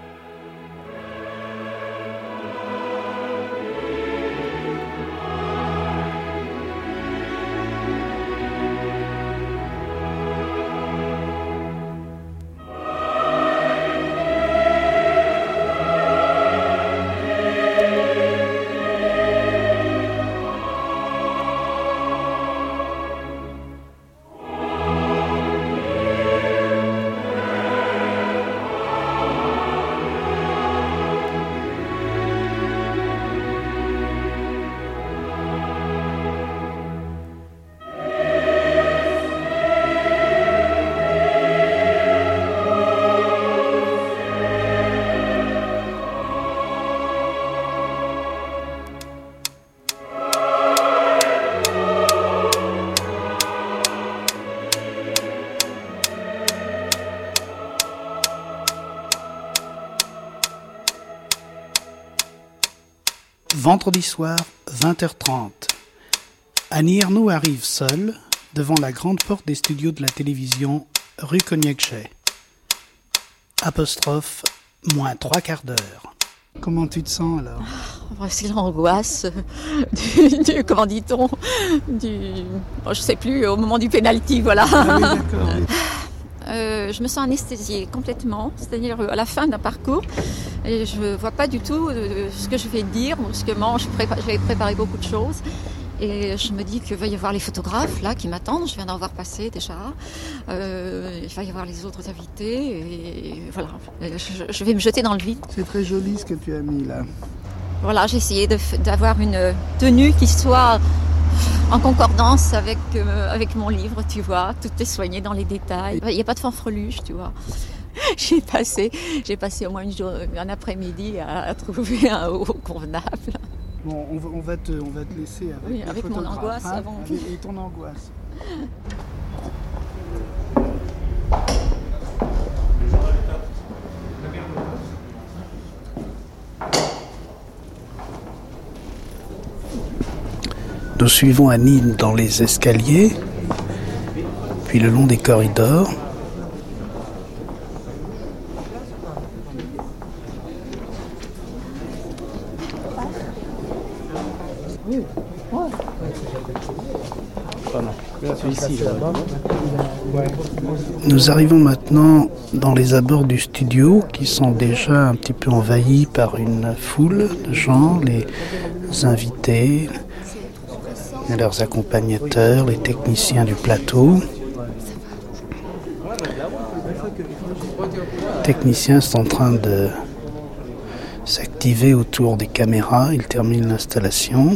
Vendredi soir, vingt heures trente. Annie Ernaux arrive seule devant la grande porte des studios de la télévision rue Cognac-Chay. Apostrophe, moins trois quarts d'heure. Comment tu te sens alors ? Oh, c'est l'angoisse du, du, comment dit-on, du, oh, je sais plus, au moment du pénalty, voilà. Ah oui, d'accord. Oui. Euh, je me sens anesthésiée complètement, c'est-à-dire à la fin d'un parcours, et je ne vois pas du tout ce que je vais dire, brusquement, je prépa- j'avais préparé beaucoup de choses, et je me dis qu'il va y avoir les photographes là qui m'attendent, je viens d'en voir passer déjà, euh, il va y avoir les autres invités, et voilà, je, je vais me jeter dans le vide. C'est très joli ce que tu as mis là. Voilà, j'ai essayé de, d'avoir une tenue qui soit en concordance avec, euh, avec mon livre, tu vois. Tout est soigné dans les détails. Il n'y a pas de fanfreluche, tu vois. J'ai passé, j'ai passé au moins une journée, un après-midi à, à trouver un haut convenable. Bon, on va, on va, te, on va te laisser avec, oui, avec mon angoisse hein, avant. Et ton angoisse. Nous suivons Annie dans les escaliers, puis le long des corridors. Nous arrivons maintenant dans les abords du studio qui sont déjà un petit peu envahis par une foule de gens, les invités, leurs accompagnateurs, les techniciens du plateau. Les techniciens sont en train de s'activer autour des caméras, ils terminent l'installation.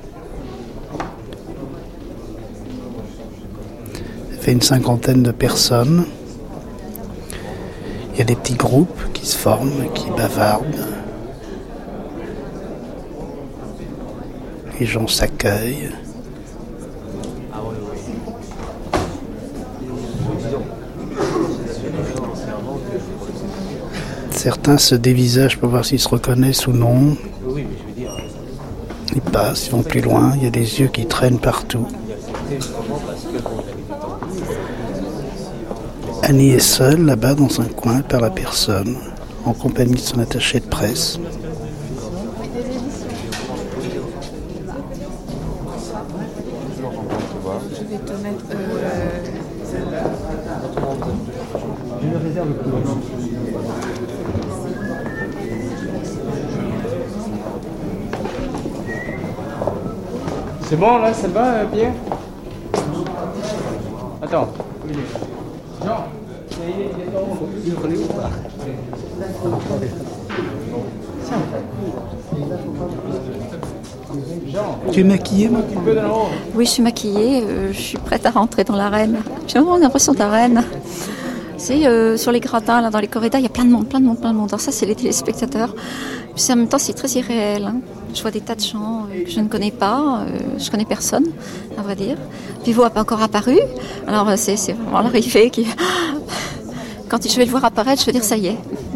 Ça fait une cinquantaine de personnes. Il y a des petits groupes qui se forment, qui bavardent. Les gens s'accueillent. Certains se dévisagent pour voir s'ils se reconnaissent ou non. Ils passent, ils vont plus loin. Il y a des yeux qui traînent partout. Annie est seule là-bas dans un coin, elle parle à personne, en compagnie de son attaché de presse. Je vais te mettre. C'est bon là, ça te va, Pierre? Attends. Non. Tu es maquillée, moi? Oui, je suis maquillée, euh, je suis prête à rentrer dans l'arène. J'ai vraiment l'impression d'arène. C'est euh, sur les gradins, là, dans les corridors, il y a plein de monde, plein de monde, plein de monde. Alors ça, c'est les téléspectateurs. Puis en même temps, c'est très irréel. Hein. Je vois des tas de gens euh, que je ne connais pas, euh, je connais personne, à vrai dire. Pivot n'a pas encore apparu, alors euh, c'est, c'est vraiment l'arrivée qui... Quand je vais le voir apparaître, je veux dire, ça y est.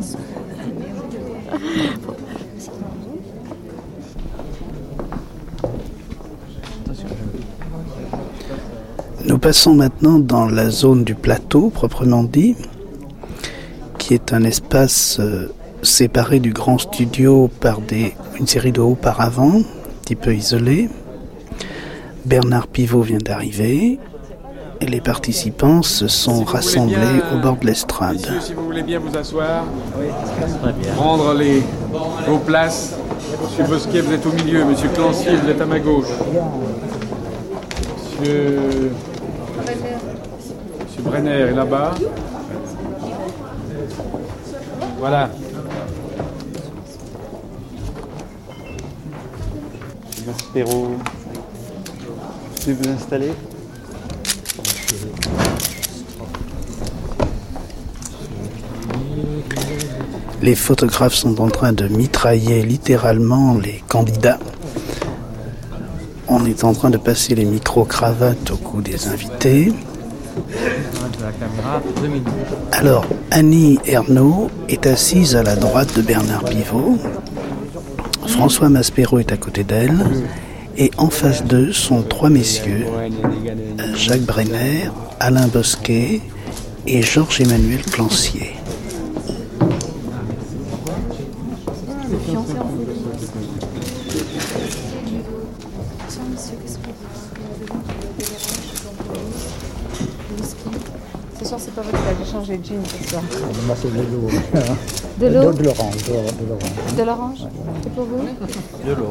Nous passons maintenant dans la zone du plateau, proprement dit, qui est un espace euh, séparé du grand studio par des, une série de hauts-paravents, un petit peu isolés. Bernard Pivot vient d'arriver et les participants se sont si rassemblés bien, au bord de l'estrade. Messieurs, si vous voulez bien vous asseoir, oui, prendre les, vos places. Monsieur Bosquet, vous êtes au milieu. Monsieur Clancier, vous êtes à ma gauche. Monsieur... Monsieur Brenner est là-bas. Voilà. Maspero, vous vous installer. Les photographes sont en train de mitrailler littéralement les candidats. On est en train de passer les micro-cravates au cou des invités. Alors, Annie Ernaux est assise à la droite de Bernard Pivot. François Maspero est à côté d'elle. Et en face d'eux sont trois messieurs, Jacques Brenner, Alain Bosquet et Georges-Emmanuel Clancier. C'est sûr, c'est pas vrai que tu as changé de jean ce soir. Moi, c'est de l'eau. De l'eau De l'orange. De l'orange. De l'orange. Et pour vous? De l'eau.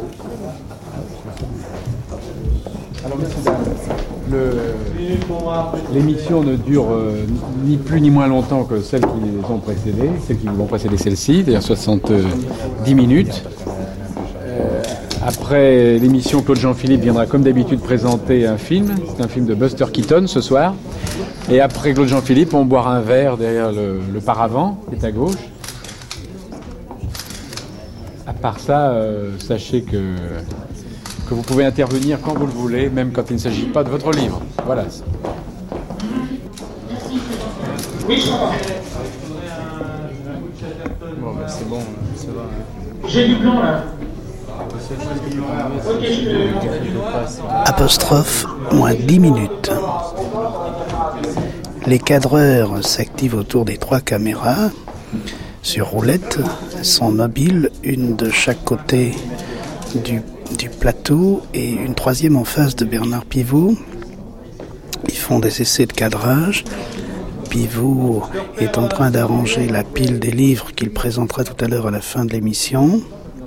Alors, messieurs, dames, le, l'émission ne dure euh, ni plus ni moins longtemps que celles qui les ont précédées, celles qui vous ont précédé celle-ci, c'est-à-dire soixante-dix minutes. Euh, après l'émission, Claude Jean-Philippe viendra comme d'habitude présenter un film. C'est un film de Buster Keaton ce soir. Et après Claude Jean-Philippe, on boira un verre derrière le, le paravent qui est à gauche. À part ça, euh, sachez que, que vous pouvez intervenir quand vous le voulez, même quand il ne s'agit pas de votre livre. Voilà. Bon, ben c'est bon, ça va. J'ai du blanc là. Apostrophe, moins dix minutes. Les cadreurs s'activent autour des trois caméras. Sur roulette, elles sont mobiles, une de chaque côté du, du plateau et une troisième en face de Bernard Pivot. Ils font des essais de cadrage. Pivot est en train d'arranger la pile des livres qu'il présentera tout à l'heure à la fin de l'émission.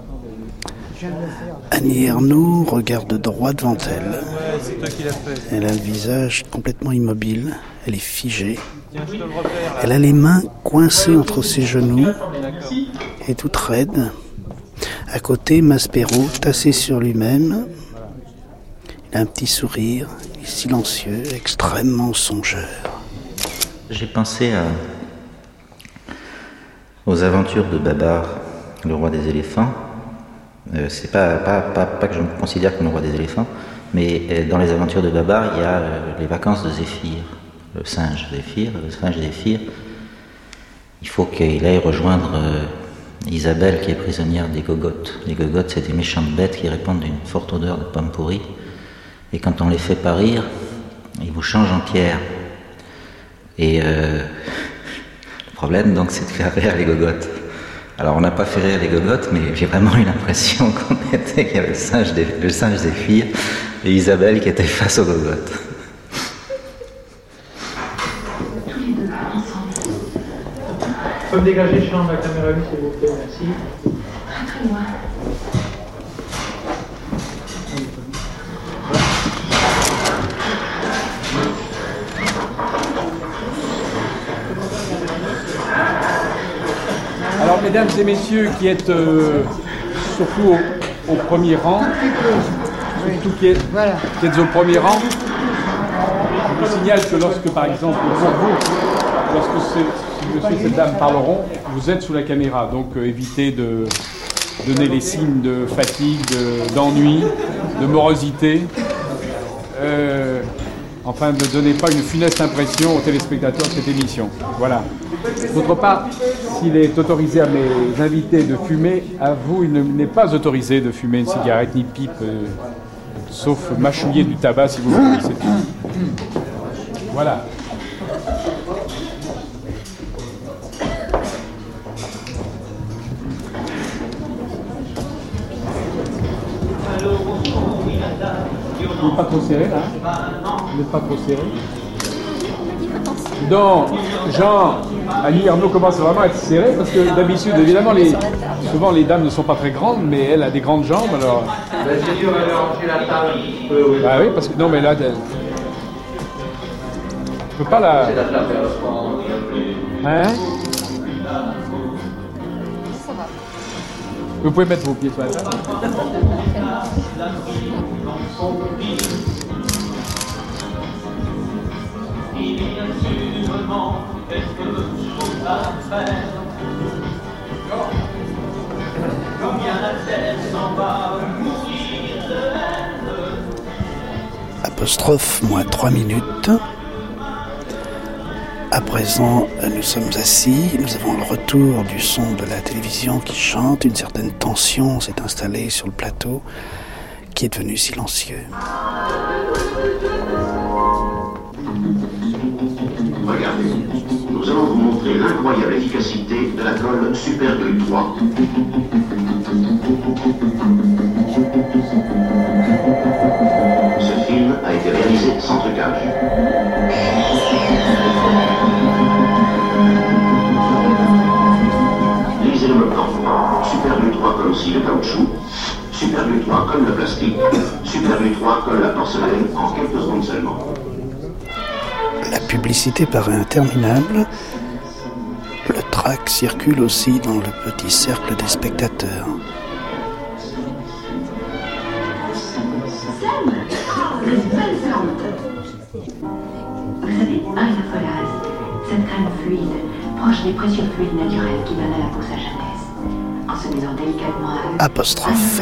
Annie Ernaux regarde droit devant elle. Elle a le visage complètement immobile, elle est figée. Elle a les mains coincées entre ses genoux et toute raide. À côté, Maspero, tassé sur lui-même. Il a un petit sourire, il est silencieux, extrêmement songeur. J'ai pensé à... aux aventures de Babar, le roi des éléphants. Euh, c'est pas, pas, pas, pas que je me considère comme le roi des éléphants, mais euh, dans les aventures de Babar, il y a euh, les vacances de Zéphyr, le singe Zéphyr, le singe Zéphyr. Il faut qu'il aille rejoindre euh, Isabelle qui est prisonnière des gogottes. Les gogottes, c'est des méchantes bêtes qui répandent une forte odeur de pommes pourries. Et quand on les fait parir, ils vous changent en pierre. Et euh, le problème, donc, c'est de faire rire les gogottes. Alors, on n'a pas fait rire les gogottes, mais j'ai vraiment eu l'impression qu'on était, qu'il y avait le singe, des, le singe Zéphyr et Isabelle qui était face aux gogottes. Vous pouvez me dégager, je change la caméra une, s'il vous plaît, merci. Très très loin. Alors, mesdames et messieurs qui êtes euh, surtout au, au premier rang, surtout qui êtes, voilà. qui êtes au premier rang, je vous signale que lorsque, par exemple, pour vous, lorsque ce, ce monsieur et cette dame parleront, vous êtes sous la caméra, donc euh, évitez de donner les signes de fatigue, de, d'ennui, de morosité. Euh, Enfin, ne donnez pas une funeste impression aux téléspectateurs de cette émission. Voilà. D'autre part, s'il est autorisé à mes invités de fumer, à vous, il n'est pas autorisé de fumer une cigarette ni pipe, euh, sauf mâchouiller du tabac si vous voulez. C'est tout. Voilà. Vous n'êtes pas trop serré là? Vous n'êtes pas trop serré? Donc, Jean, Annie Ernaux commence vraiment à être serré parce que d'habitude, évidemment, les, souvent les dames ne sont pas très grandes, mais elle a des grandes jambes alors. C'est dur d'aller ranger la table un petit peu. Oui. Ah oui, parce que non, mais là, elle... je peux pas la. Hein? Vous pouvez mettre vos pieds sur la table. Apostrophe, moins trois minutes. À présent, nous sommes assis, nous avons le retour du son de la télévision qui chante, une certaine tension s'est installée sur le plateau, qui est devenu silencieux. Regardez, nous allons vous montrer l'incroyable efficacité de la colle Superglue trois. Ce film a été réalisé sans trucage. Lisez le bloc. Superglue trois colle aussi le caoutchouc. Superglue trois colle le plastique. Superglue trois colle la porcelaine en quelques secondes seulement. La publicité paraît interminable. Le trac circule aussi dans le petit cercle des spectateurs. Vous savez, Rhinopholas, cette crème fluide, proche des précieux fluides naturels qui donnent à la peau sa jeunesse, en se mêlant délicatement à... Apostrophe.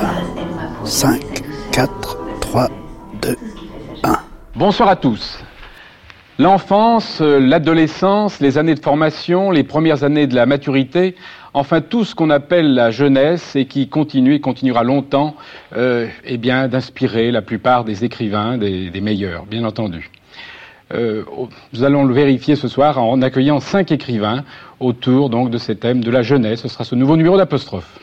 cinq, quatre, trois, deux, un. Bonsoir à tous. L'enfance, l'adolescence, les années de formation, les premières années de la maturité, enfin tout ce qu'on appelle la jeunesse et qui continue et continuera longtemps euh, eh bien, d'inspirer la plupart des écrivains, des, des meilleurs, bien entendu. Euh, nous allons le vérifier ce soir en accueillant cinq écrivains autour donc, de ces thèmes de la jeunesse. Ce sera ce nouveau numéro d'Apostrophe.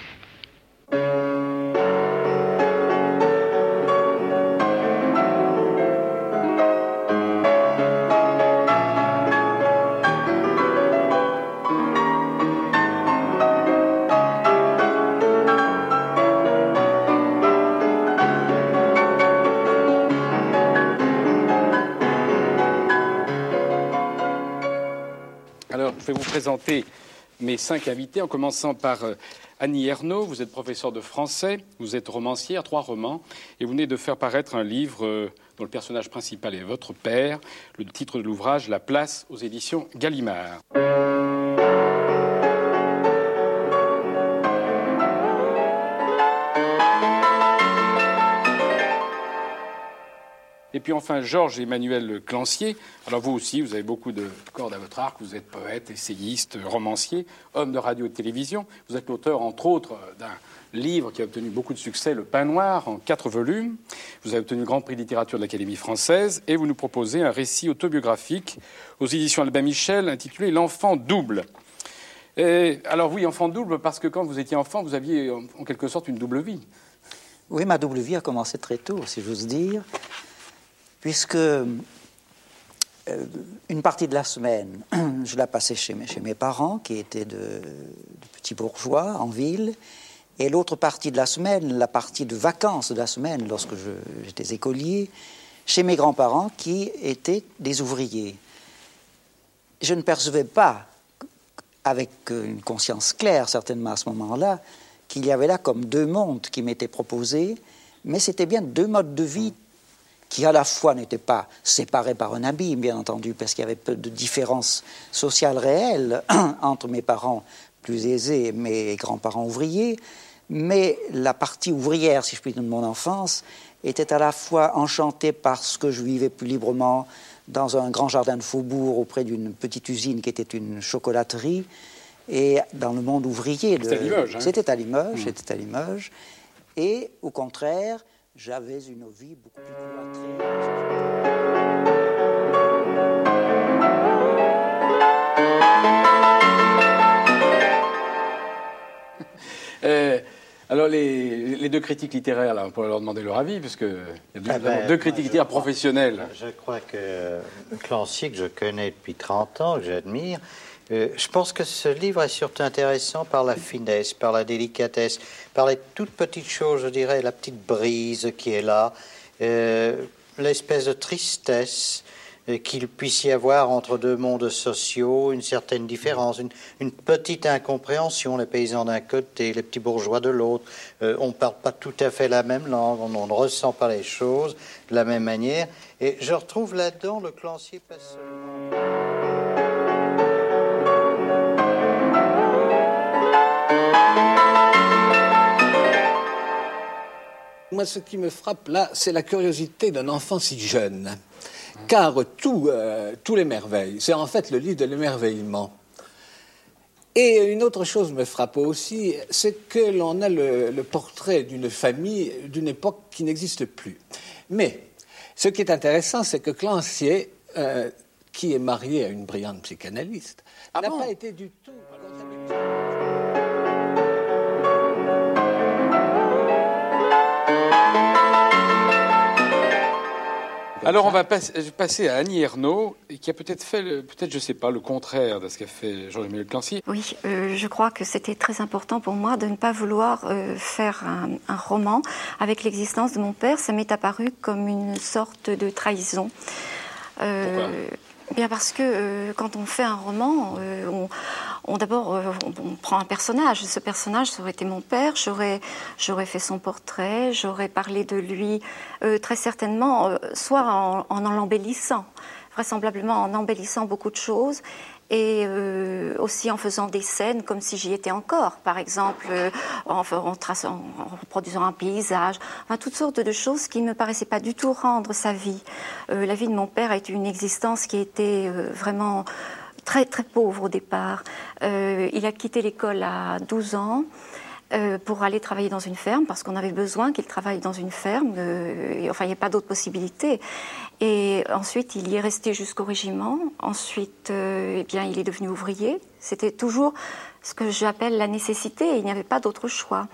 Je vais vous présenter mes cinq invités, en commençant par euh, Annie Ernaux. Vous êtes professeure de français, vous êtes romancière, trois romans, et vous venez de faire paraître un livre euh, dont le personnage principal est votre père. Le titre de l'ouvrage, La Place, aux éditions Gallimard. Et puis enfin, Georges Emmanuel Clancier. Alors vous aussi, vous avez beaucoup de cordes à votre arc. Vous êtes poète, essayiste, romancier, homme de radio et de télévision. Vous êtes l'auteur, entre autres, d'un livre qui a obtenu beaucoup de succès, Le Pain Noir, en quatre volumes. Vous avez obtenu le Grand Prix de littérature de l'Académie française. Et vous nous proposez un récit autobiographique aux éditions Albin Michel, intitulé L'enfant double. Et, alors oui, enfant double, parce que quand vous étiez enfant, vous aviez en, en quelque sorte une double vie. Oui, ma double vie a commencé très tôt, si j'ose dire. Puisque euh, une partie de la semaine, je la passais chez mes, chez mes parents, qui étaient de, de petits bourgeois en ville, et l'autre partie de la semaine, la partie de vacances de la semaine, lorsque je, j'étais écolier, chez mes grands-parents, qui étaient des ouvriers. Je ne percevais pas, avec une conscience claire certainement à ce moment-là, qu'il y avait là comme deux mondes qui m'étaient proposés, mais c'était bien deux modes de vie qui à la fois n'étaient pas séparés par un abîme, bien entendu, parce qu'il y avait peu de différences sociales réelles entre mes parents plus aisés et mes grands-parents ouvriers, mais la partie ouvrière, si je puis dire, de mon enfance, était à la fois enchantée par ce que je vivais plus librement dans un grand jardin de faubourg auprès d'une petite usine qui était une chocolaterie, et dans le monde ouvrier. De... C'était à Limoges. Hein. C'était à Limoges, mmh. c'était à Limoges, et au contraire, j'avais une vie beaucoup plus cloîtrée. euh, alors, les, les deux critiques littéraires, là, on pourrait leur demander leur avis, parce qu'il y a deux, ah ben, deux critiques littéraires crois, professionnels. Je crois que Clancier, que je connais depuis trente ans, que j'admire, Euh, je pense que ce livre est surtout intéressant par la finesse, par la délicatesse, par les toutes petites choses, je dirais, la petite brise qui est là, euh, l'espèce de tristesse euh, qu'il puisse y avoir entre deux mondes sociaux, une certaine différence, une, une petite incompréhension, les paysans d'un côté, les petits bourgeois de l'autre. Euh, on ne parle pas tout à fait la même langue, on, on ne ressent pas les choses de la même manière. Et je retrouve là-dedans le Clancier pas seulement... Moi, ce qui me frappe là, c'est la curiosité d'un enfant si jeune. Car tout, euh, tous les merveilles, c'est en fait le livre de l'émerveillement. Et une autre chose me frappe aussi, c'est que l'on a le, le portrait d'une famille d'une époque qui n'existe plus. Mais ce qui est intéressant, c'est que Clancier, euh, qui est marié à une brillante psychanalyste, ah n'a bon pas été du tout... Alors on va pas, passer à Annie Ernaux, qui a peut-être fait, le, peut-être je sais pas, le contraire de ce qu'a fait Georges-Emmanuel Clancier. Oui, euh, je crois que c'était très important pour moi de ne pas vouloir euh, faire un, un roman avec l'existence de mon père. Ça m'est apparu comme une sorte de trahison. Euh, Pourquoi ? Bien parce que euh, quand on fait un roman, euh, on, on d'abord euh, on, on prend un personnage. Ce personnage, ça aurait été mon père. J'aurais, j'aurais fait son portrait, j'aurais parlé de lui euh, très certainement, euh, soit en, en en l'embellissant, vraisemblablement en embellissant beaucoup de choses. et euh, aussi en faisant des scènes comme si j'y étais encore, par exemple euh, en, en, traçant, en reproduisant un paysage, enfin toutes sortes de choses qui ne me paraissaient pas du tout rendre sa vie. Euh, la vie de mon père a été une existence qui était euh, vraiment très très pauvre au départ. Euh, il a quitté l'école à douze ans. Euh, pour aller travailler dans une ferme, parce qu'on avait besoin qu'il travaille dans une ferme, euh, et, enfin il n'y a pas d'autre possibilité. Et ensuite il y est resté jusqu'au régiment, ensuite euh, eh bien, il est devenu ouvrier. C'était toujours ce que j'appelle la nécessité, il n'y avait pas d'autre choix.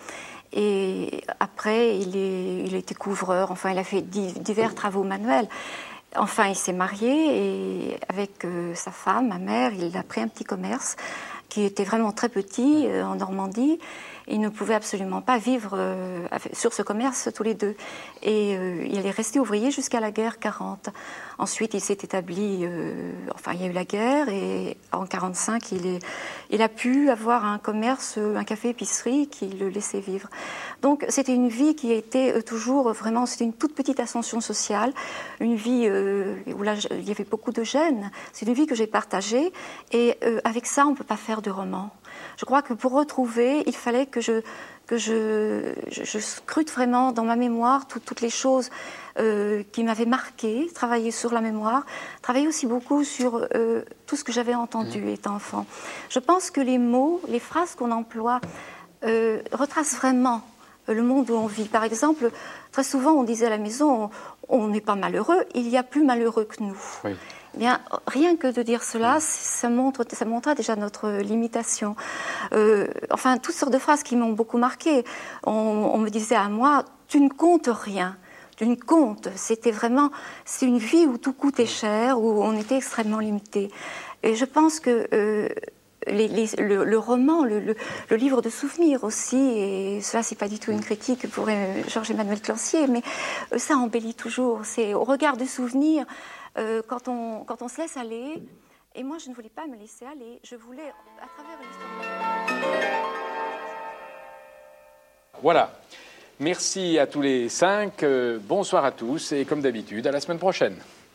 Et après il, est, il était couvreur, enfin il a fait divers travaux manuels. Enfin il s'est marié et avec euh, sa femme, ma mère, il a pris un petit commerce qui était vraiment très petit euh, en Normandie. Ils ne pouvaient absolument pas vivre euh, sur ce commerce tous les deux. Et euh, il est resté ouvrier jusqu'à la guerre quarante. Ensuite, il s'est établi... Euh, enfin, il y a eu la guerre et en quarante-cinq, il, est, il a pu avoir un commerce, un café-épicerie qui le laissait vivre. Donc, c'était une vie qui était toujours vraiment... C'était une toute petite ascension sociale, une vie euh, où là, il y avait beaucoup de gêne. C'est une vie que j'ai partagée et euh, avec ça, on ne peut pas faire de roman. Je crois que pour retrouver, il fallait que je, que je, je, je scrute vraiment dans ma mémoire tout, toutes les choses euh, qui m'avaient marqué, travailler sur la mémoire, travailler aussi beaucoup sur euh, tout ce que j'avais entendu mmh. étant enfant. Je pense que les mots, les phrases qu'on emploie euh, retracent vraiment le monde où on vit. Par exemple, très souvent on disait à la maison, on n'est pas malheureux, il y a plus malheureux que nous. Oui. Eh bien, rien que de dire cela, ça montre, ça montre déjà notre limitation. Euh, enfin, toutes sortes de phrases qui m'ont beaucoup marquée. On, on me disait à moi, tu ne comptes rien. Tu ne comptes. C'était vraiment, c'est une vie où tout coûtait cher, où on était extrêmement limité. Et je pense que euh, les, les, le, le roman, le, le, le livre de souvenirs aussi, et cela c'est pas du tout une critique pour euh, Georges-Emmanuel Clancier, mais euh, ça embellit toujours. C'est au regard de souvenirs. Euh, quand, on, quand on se laisse aller, et moi je ne voulais pas me laisser aller, je voulais, à travers l'histoire... Voilà, merci à tous les cinq, euh, bonsoir à tous, et comme d'habitude, à la semaine prochaine.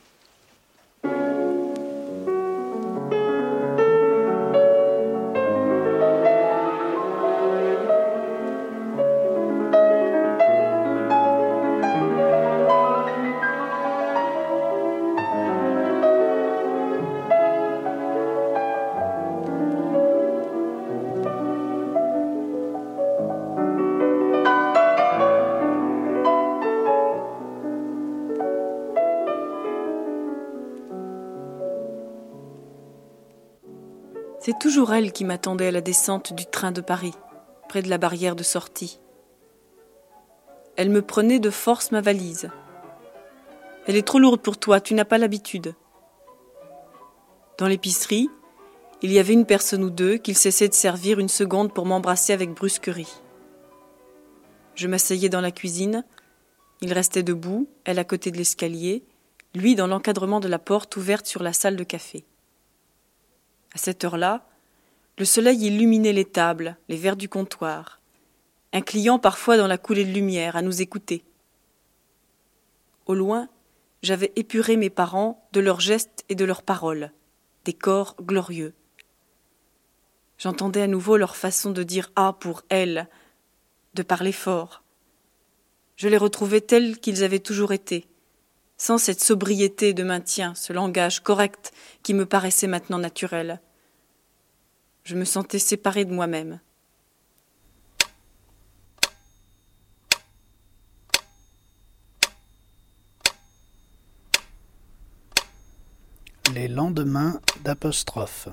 C'est toujours elle qui m'attendait à la descente du train de Paris, près de la barrière de sortie. Elle me prenait de force ma valise. « Elle est trop lourde pour toi, tu n'as pas l'habitude. » Dans l'épicerie, il y avait une personne ou deux qu'il cessait de servir une seconde pour m'embrasser avec brusquerie. Je m'asseyais dans la cuisine, il restait debout, elle à côté de l'escalier, lui dans l'encadrement de la porte ouverte sur la salle de café. À cette heure-là, le soleil illuminait les tables, les verres du comptoir, un client parfois dans la coulée de lumière à nous écouter. Au loin, j'avais épuré mes parents de leurs gestes et de leurs paroles, des corps glorieux. J'entendais à nouveau leur façon de dire « ah » pour elle, de parler fort. Je les retrouvais tels qu'ils avaient toujours été, sans cette sobriété de maintien, ce langage correct qui me paraissait maintenant naturel. Je me sentais séparée de moi-même. Les lendemains d'apostrophe.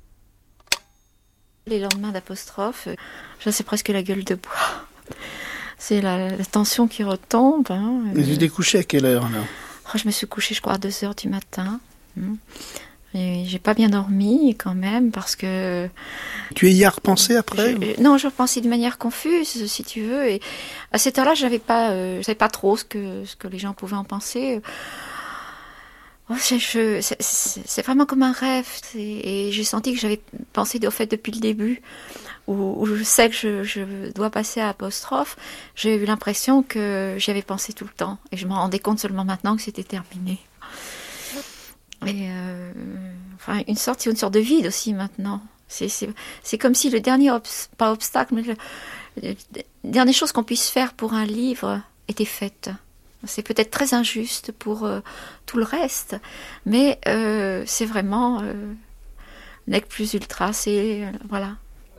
Les lendemains d'apostrophe, ça c'est presque la gueule de bois. C'est la, la tension qui retombe. Hein. Mais tu t'es couché à quelle heure là? Oh, je me suis couchée, je crois, à deux heures du matin. Et j'ai pas bien dormi quand même parce que... Tu y as repensé après? je, Non, je repensais de manière confuse, si tu veux. Et à cette heure-là, je n'avais pas, euh, savais pas trop ce que, ce que les gens pouvaient en penser. Oh, je, je, c'est, c'est vraiment comme un rêve. Et, et j'ai senti que j'avais pensé au fait depuis le début, où, où je sais que je, je dois passer à apostrophe. J'ai eu l'impression que j'y avais pensé tout le temps. Et je me rendais compte seulement maintenant que c'était terminé. Et euh, enfin, une sorte, c'est une sorte de vide aussi maintenant. C'est, c'est, c'est comme si le dernier, obs- pas obstacle, mais le, le, la dernière chose qu'on puisse faire pour un livre était faite. C'est peut-être très injuste pour euh, tout le reste, mais euh, c'est vraiment euh, nec plus ultra, c'est... Euh, voilà.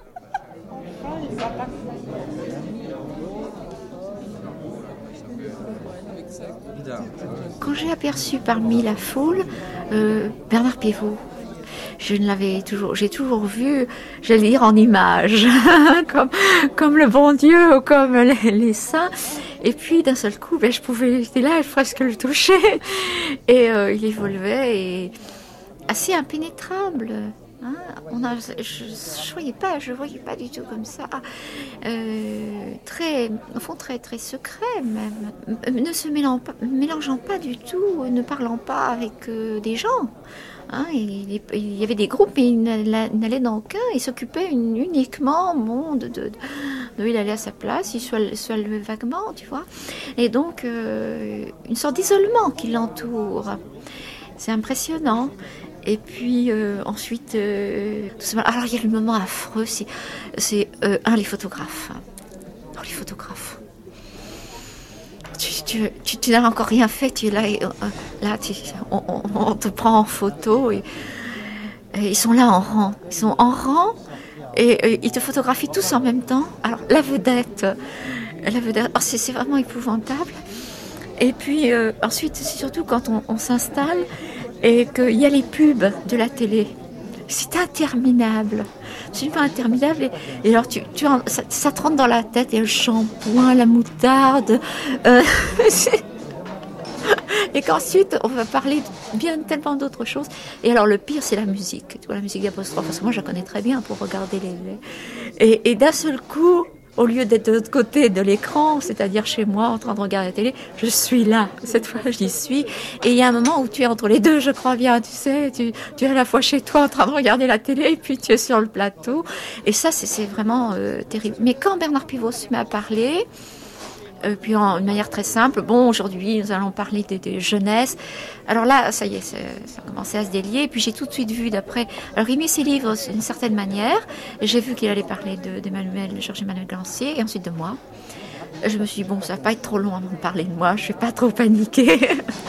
Quand j'ai aperçu parmi la foule euh, Bernard Pivot, je ne l'avais toujours, j'ai toujours vu, j'allais dire en image, comme, comme le bon Dieu ou comme les, les saints. Et puis d'un seul coup, ben, je pouvais, j'étais là, presque le toucher. Et euh, il évoluait et assez impénétrable. Hein, on a, je ne voyais pas, je voyais pas du tout comme ça. Euh, très, au fond, très, très secret même. Ne se mélangeant pas, mélangeant pas du tout, ne parlant pas avec euh, des gens. Hein, il, il y avait des groupes, mais il n'allait dans aucun. Il s'occupait une, uniquement bon, de, de, de. Il allait à sa place, il saluait vaguement, tu vois. Et donc, euh, une sorte d'isolement qui l'entoure. C'est impressionnant. Et puis euh, ensuite, euh, alors il y a le moment affreux, c'est, c'est euh, un, les photographes. Oh, les photographes. Tu, tu, tu, tu n'as encore rien fait, tu es là, et, euh, là tu, on, on, on te prend en photo et, et ils sont là en rang. Ils sont en rang et, et ils te photographient tous en même temps. Alors la vedette, la vedette, oh, c'est, c'est vraiment épouvantable. Et puis euh, ensuite, c'est surtout quand on, on s'installe et qu'il y a les pubs de la télé. C'est interminable, absolument interminable. Et, et alors, tu, tu, ça, ça te rentre dans la tête, et le shampoing, la moutarde. Euh, et qu'ensuite, on va parler de bien tellement d'autres choses. Et alors, le pire, c'est la musique. Tu vois, la musique d'apostrophe, parce que moi, je la connais très bien pour regarder les... les... Et, et d'un seul coup... Au lieu d'être de l'autre côté de l'écran, c'est-à-dire chez moi, en train de regarder la télé, je suis là. Cette fois, j'y suis. Et il y a un moment où tu es entre les deux, je crois bien, tu sais. Tu, tu es à la fois chez toi, en train de regarder la télé, et puis tu es sur le plateau. Et ça, c'est, c'est vraiment euh, terrible. Mais quand Bernard Pivot se met à parler, euh, puis en une manière très simple, bon, aujourd'hui, nous allons parler de, de jeunesse. Alors là, ça y est, ça, ça a commencé à se délier. Et puis j'ai tout de suite vu d'après... Alors il met ses livres d'une certaine manière. J'ai vu qu'il allait parler de, d'Emmanuel, Georges-Emmanuel Glancier, et ensuite de moi. Je me suis dit, bon, ça va pas être trop long avant de parler de moi. Je vais pas trop paniquer.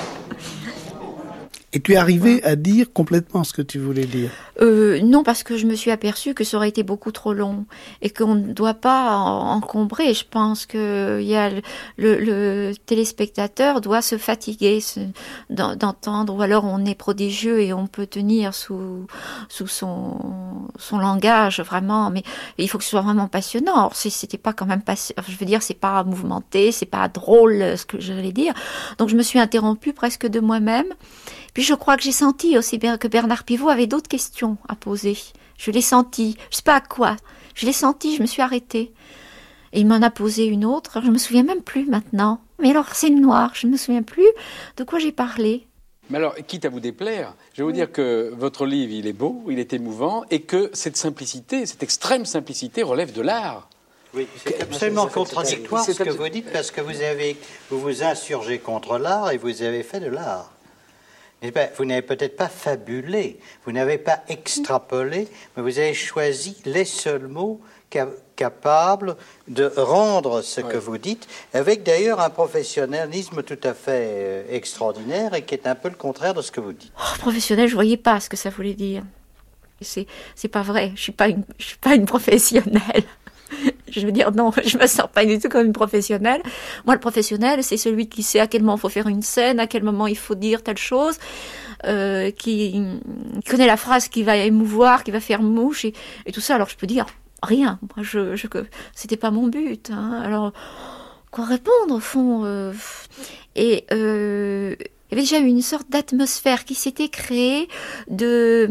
Et tu es arrivé à dire complètement ce que tu voulais dire? euh, Non, parce que je me suis aperçue que ça aurait été beaucoup trop long et qu'on ne doit pas encombrer. Je pense que y a le, le, le téléspectateur doit se fatiguer se, d'entendre, ou alors on est prodigieux et on peut tenir sous, sous son, son langage vraiment, mais il faut que ce soit vraiment passionnant. Alors, c'était pas quand même passi- je veux dire, c'est pas mouvementé, c'est pas drôle ce que j'allais dire. Donc je me suis interrompue presque de moi-même. Puis je crois que j'ai senti aussi bien que Bernard Pivot avait d'autres questions à poser. Je l'ai senti, je sais pas à quoi. Je l'ai senti, je me suis arrêtée. Et il m'en a posé une autre, je me souviens même plus maintenant. Mais alors c'est noir, je ne me souviens plus de quoi j'ai parlé. Mais alors, quitte à vous déplaire, je vais vous dire que votre livre, il est beau, il est émouvant, et que cette simplicité, cette extrême simplicité relève de l'art. Oui, c'est absolument contradictoire ce que vous dites, parce que vous avez, vous vous insurgez contre l'art et vous avez fait de l'art. Vous n'avez peut-être pas fabulé, vous n'avez pas extrapolé, mais vous avez choisi les seuls mots cap- capables de rendre ce ouais. que vous dites, avec d'ailleurs un professionnalisme tout à fait euh, extraordinaire et qui est un peu le contraire de ce que vous dites. Oh, professionnel, je ne voyais pas ce que ça voulait dire. C'est, c'est pas vrai, je suis pas une, je suis pas une professionnelle. Je veux dire, non, je me sens pas du tout comme une professionnelle. Moi, le professionnel, c'est celui qui sait à quel moment il faut faire une scène, à quel moment il faut dire telle chose, euh, qui, qui connaît la phrase qui va émouvoir, qui va faire mouche, et, et tout ça. Alors, je peux dire rien. Moi, je, je, c'était pas mon but. Hein. Alors, quoi répondre, au fond euh, Et... Euh, il y avait déjà une sorte d'atmosphère qui s'était créée de,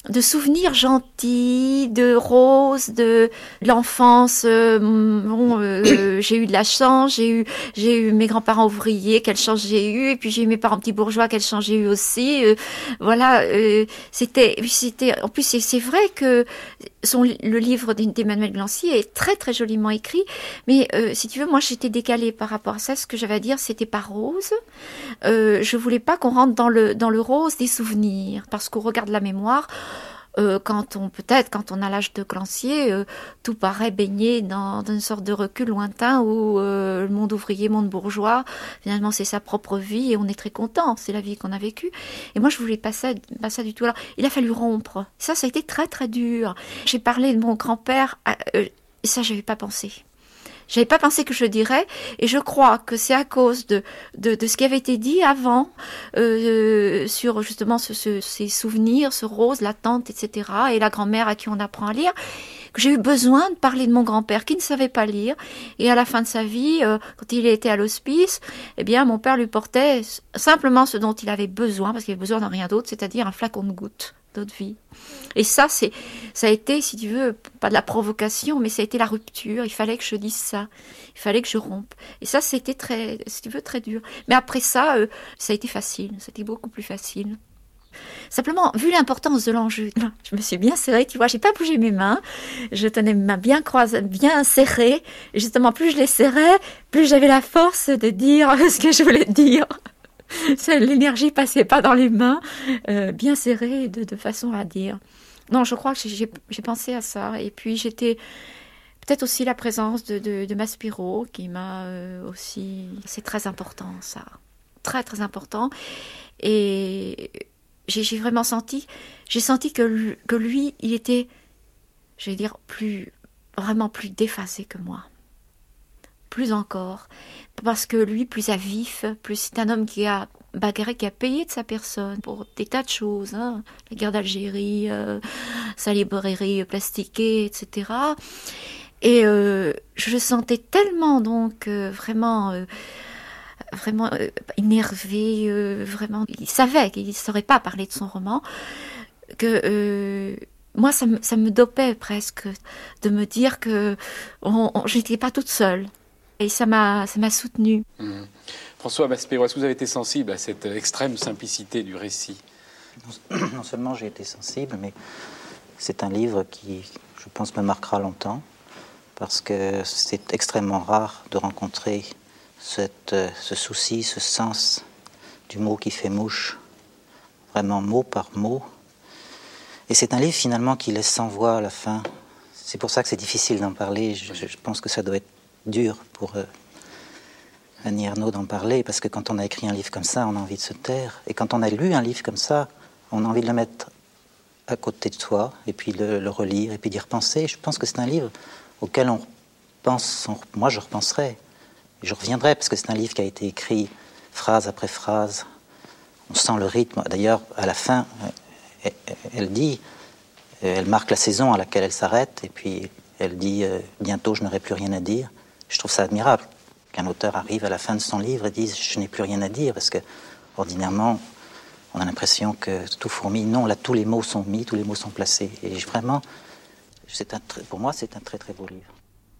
de souvenirs gentils, de roses, de, de l'enfance. Euh, bon, euh, j'ai eu de la chance, j'ai eu, j'ai eu mes grands-parents ouvriers, quelle chance j'ai eu, et puis j'ai eu mes parents petits bourgeois, quelle chance j'ai eu aussi. Euh, voilà, euh, c'était, c'était. En plus, c'est, c'est vrai que son, le livre d'Emmanuel Glancy est très très joliment écrit, mais euh, si tu veux, moi j'étais décalée par rapport à ça. Ce que j'avais à dire, c'était pas rose. Euh, je voulais pas qu'on rentre dans le dans le rose des souvenirs, parce qu'au regard de la mémoire. Euh, quand on peut-être quand on a l'âge de Clancier, euh, tout paraît baigné dans, dans une sorte de recul lointain où euh, le monde ouvrier, le monde bourgeois, finalement c'est sa propre vie et on est très content, c'est la vie qu'on a vécue. Et moi je voulais pas ça, pas ça du tout. Alors il a fallu rompre. Ça, ça a été très très dur. J'ai parlé de mon grand-père euh, et ça j'avais pas pensé. J'avais pas pensé que je le dirais, et je crois que c'est à cause de, de, de ce qui avait été dit avant, euh, sur justement ce, ce, ces souvenirs, ce rose, la tante, et cetera, et la grand-mère à qui on apprend à lire, que j'ai eu besoin de parler de mon grand-père qui ne savait pas lire, et à la fin de sa vie, euh, quand il était à l'hospice, eh bien, mon père lui portait simplement ce dont il avait besoin, parce qu'il avait besoin de rien d'autre, c'est-à-dire un flacon de gouttes d'eau de vie. Et ça, c'est, ça a été, si tu veux, pas de la provocation, mais ça a été la rupture. Il fallait que je dise ça. Il fallait que je rompe. Et ça, c'était très, si tu veux, très dur. Mais après ça, euh, ça a été facile. C'était beaucoup plus facile. Simplement, vu l'importance de l'enjeu, je me suis bien serrée, tu vois, j'ai pas bougé mes mains. Je tenais mes mains bien croisées, bien serrées. Et justement, plus je les serrais, plus j'avais la force de dire ce que je voulais dire. L'énergie passait pas dans les mains, euh, bien serrée de, de façon à dire. Non, je crois que j'ai, j'ai pensé à ça. Et puis j'étais peut-être aussi la présence de, de, de Maspero qui m'a euh, aussi. C'est très important ça, très très important. Et j'ai, j'ai vraiment senti, j'ai senti que lui, que lui, il était, je vais dire plus vraiment plus déphasé que moi. Plus encore, parce que lui, plus à vif, plus c'est un homme qui a bagarré, qui a payé de sa personne pour des tas de choses, hein, la guerre d'Algérie, euh, sa librairie plastiquée, et cetera. Et euh, je le sentais tellement donc euh, vraiment, euh, vraiment euh, énervé, euh, vraiment, il savait qu'il ne saurait pas parler de son roman, que euh, moi ça me, ça me dopait presque de me dire que on, on, je n'étais pas toute seule. Et ça m'a, ça m'a soutenue. Mmh. François Maspero, est-ce que vous avez été sensible à cette extrême simplicité du récit ? non, non seulement j'ai été sensible, mais c'est un livre qui, je pense, me marquera longtemps, parce que c'est extrêmement rare de rencontrer cette, ce souci, ce sens du mot qui fait mouche, vraiment mot par mot. Et c'est un livre finalement qui laisse sans voix à la fin. C'est pour ça que c'est difficile d'en parler. Je, je pense que ça doit être dur pour euh, Annie Ernaux d'en parler, parce que quand on a écrit un livre comme ça, on a envie de se taire. Et quand on a lu un livre comme ça, on a envie de le mettre à côté de soi, et puis le, le relire, et puis d'y repenser. Je pense que c'est un livre auquel on pense, on, moi je repenserai, je reviendrai, parce que c'est un livre qui a été écrit phrase après phrase. On sent le rythme. D'ailleurs, à la fin, elle, elle dit, elle marque la saison à laquelle elle s'arrête, et puis elle dit euh, « bientôt je n'aurai plus rien à dire ». Je trouve ça admirable qu'un auteur arrive à la fin de son livre et dise « je n'ai plus rien à dire », parce que ordinairement, on a l'impression que tout fourmille. Non, là, tous les mots sont mis, tous les mots sont placés. Et vraiment, c'est un, pour moi, c'est un très très beau livre.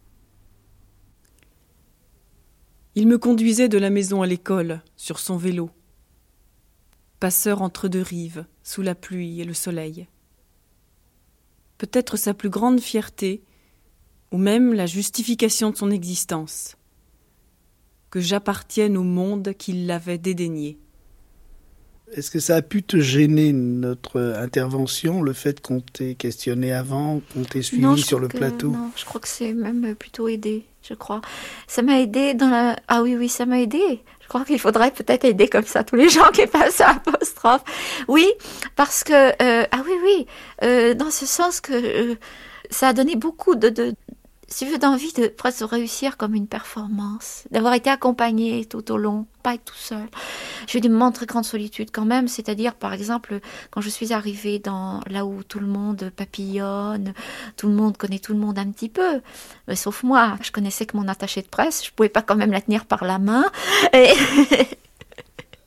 Il me conduisait de la maison à l'école, sur son vélo. Passeur entre deux rives, sous la pluie et le soleil. Peut-être sa plus grande fierté, ou même la justification de son existence, que j'appartienne au monde qui l'avait dédaigné. Est-ce que ça a pu te gêner, notre intervention, le fait qu'on t'ait questionné avant, qu'on t'ait suivi non, sur le que, plateau ? Non, je crois que c'est même plutôt aidé, je crois. Ça m'a aidé dans la... Ah oui, oui, ça m'a aidé. Je crois qu'il faudrait peut-être aider comme ça tous les gens qui passent à apostrophe. Oui, parce que... Euh, ah oui, oui, euh, dans ce sens que euh, ça a donné beaucoup de... de si tu veux, d'envie de presque réussir comme une performance, d'avoir été accompagné tout au long, pas être tout seul. J'ai eu des moments de très grande solitude quand même, c'est-à-dire, par exemple, quand je suis arrivée dans là où tout le monde papillonne, tout le monde connaît tout le monde un petit peu, mais sauf moi, je connaissais que mon attachée de presse, je pouvais pas quand même la tenir par la main. Et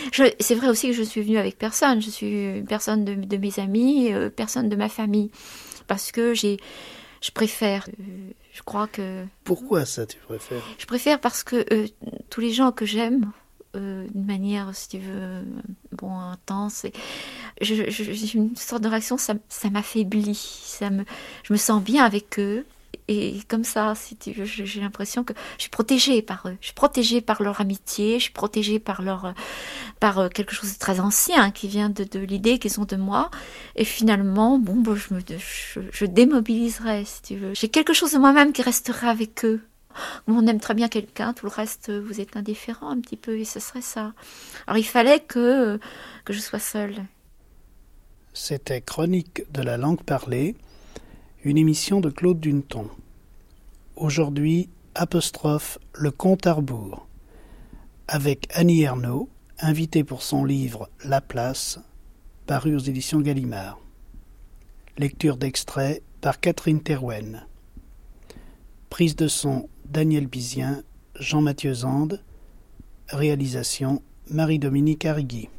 Je, c'est vrai aussi que je suis venue avec personne. Je suis personne de, de mes amis, euh, personne de ma famille. Parce que j'ai, je préfère. Euh, je crois que... Pourquoi ça, tu préfères? Je préfère parce que euh, tous les gens que j'aime, euh, d'une manière, si tu veux, bon, intense, et je, je, j'ai une sorte de réaction, ça, ça m'affaiblit. Ça me, je me sens bien avec eux. Et comme ça, si tu veux, j'ai l'impression que je suis protégée par eux. Je suis protégée par leur amitié, je suis protégée par, leur, par quelque chose de très ancien qui vient de, de l'idée qu'ils ont de moi. Et finalement, bon, bon je, me, je, je démobiliserai, si tu veux. J'ai quelque chose de moi-même qui restera avec eux. On aime très bien quelqu'un, tout le reste, vous êtes indifférent un petit peu, et ce serait ça. Alors il fallait que, que je sois seule. C'était Chronique de la langue parlée, une émission de Claude Duneton. Aujourd'hui, apostrophe le compte à rebours, avec Annie Ernaux, invitée pour son livre La Place, paru aux éditions Gallimard. Lecture d'extrait par Catherine Terouenne. Prise de son Daniel Bizien, Jean-Mathieu Zande. Réalisation Marie-Dominique Arrigui.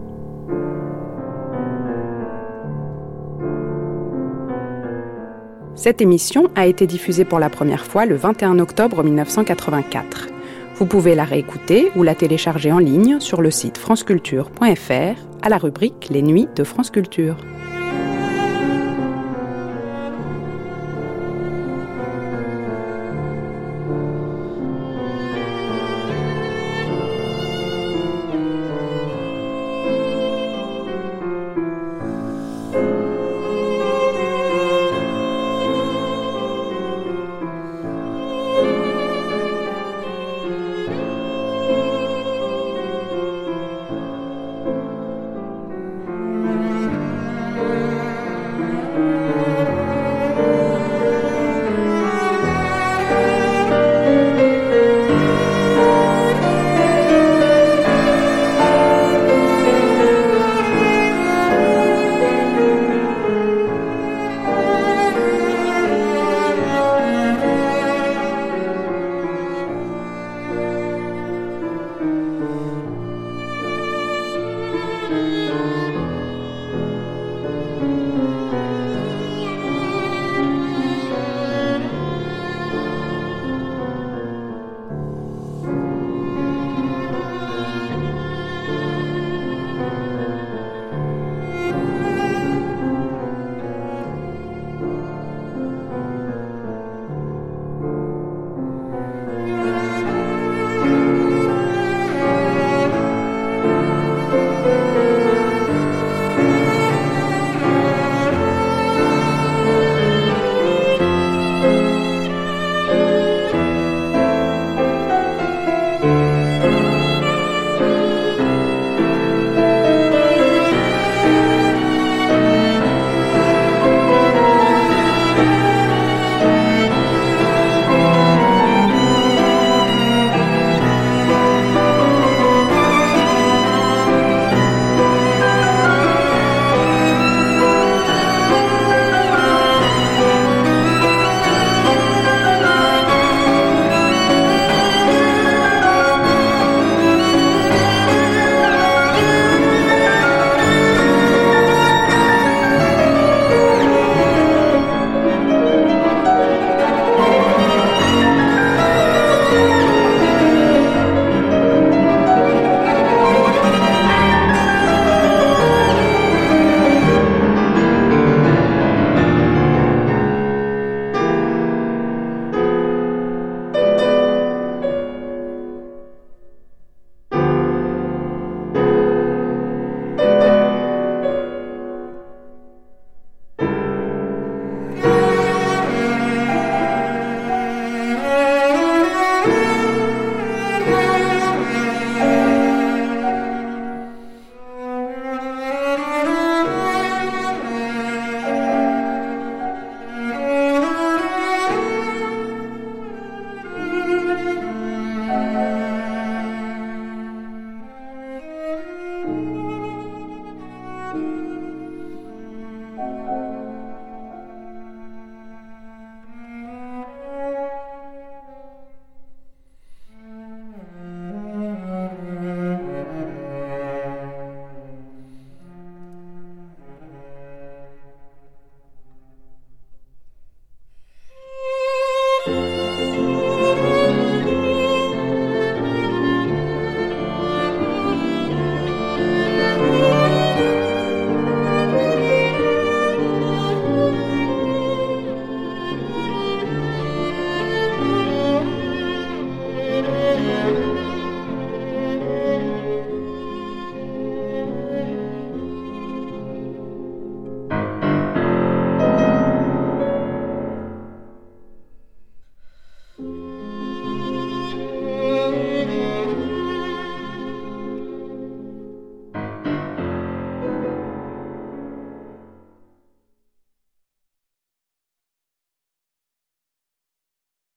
Cette émission a été diffusée pour la première fois le vingt et un octobre mille neuf cent quatre-vingt-quatre. Vous pouvez la réécouter ou la télécharger en ligne sur le site franceculture point f r à la rubrique Les Nuits de France Culture.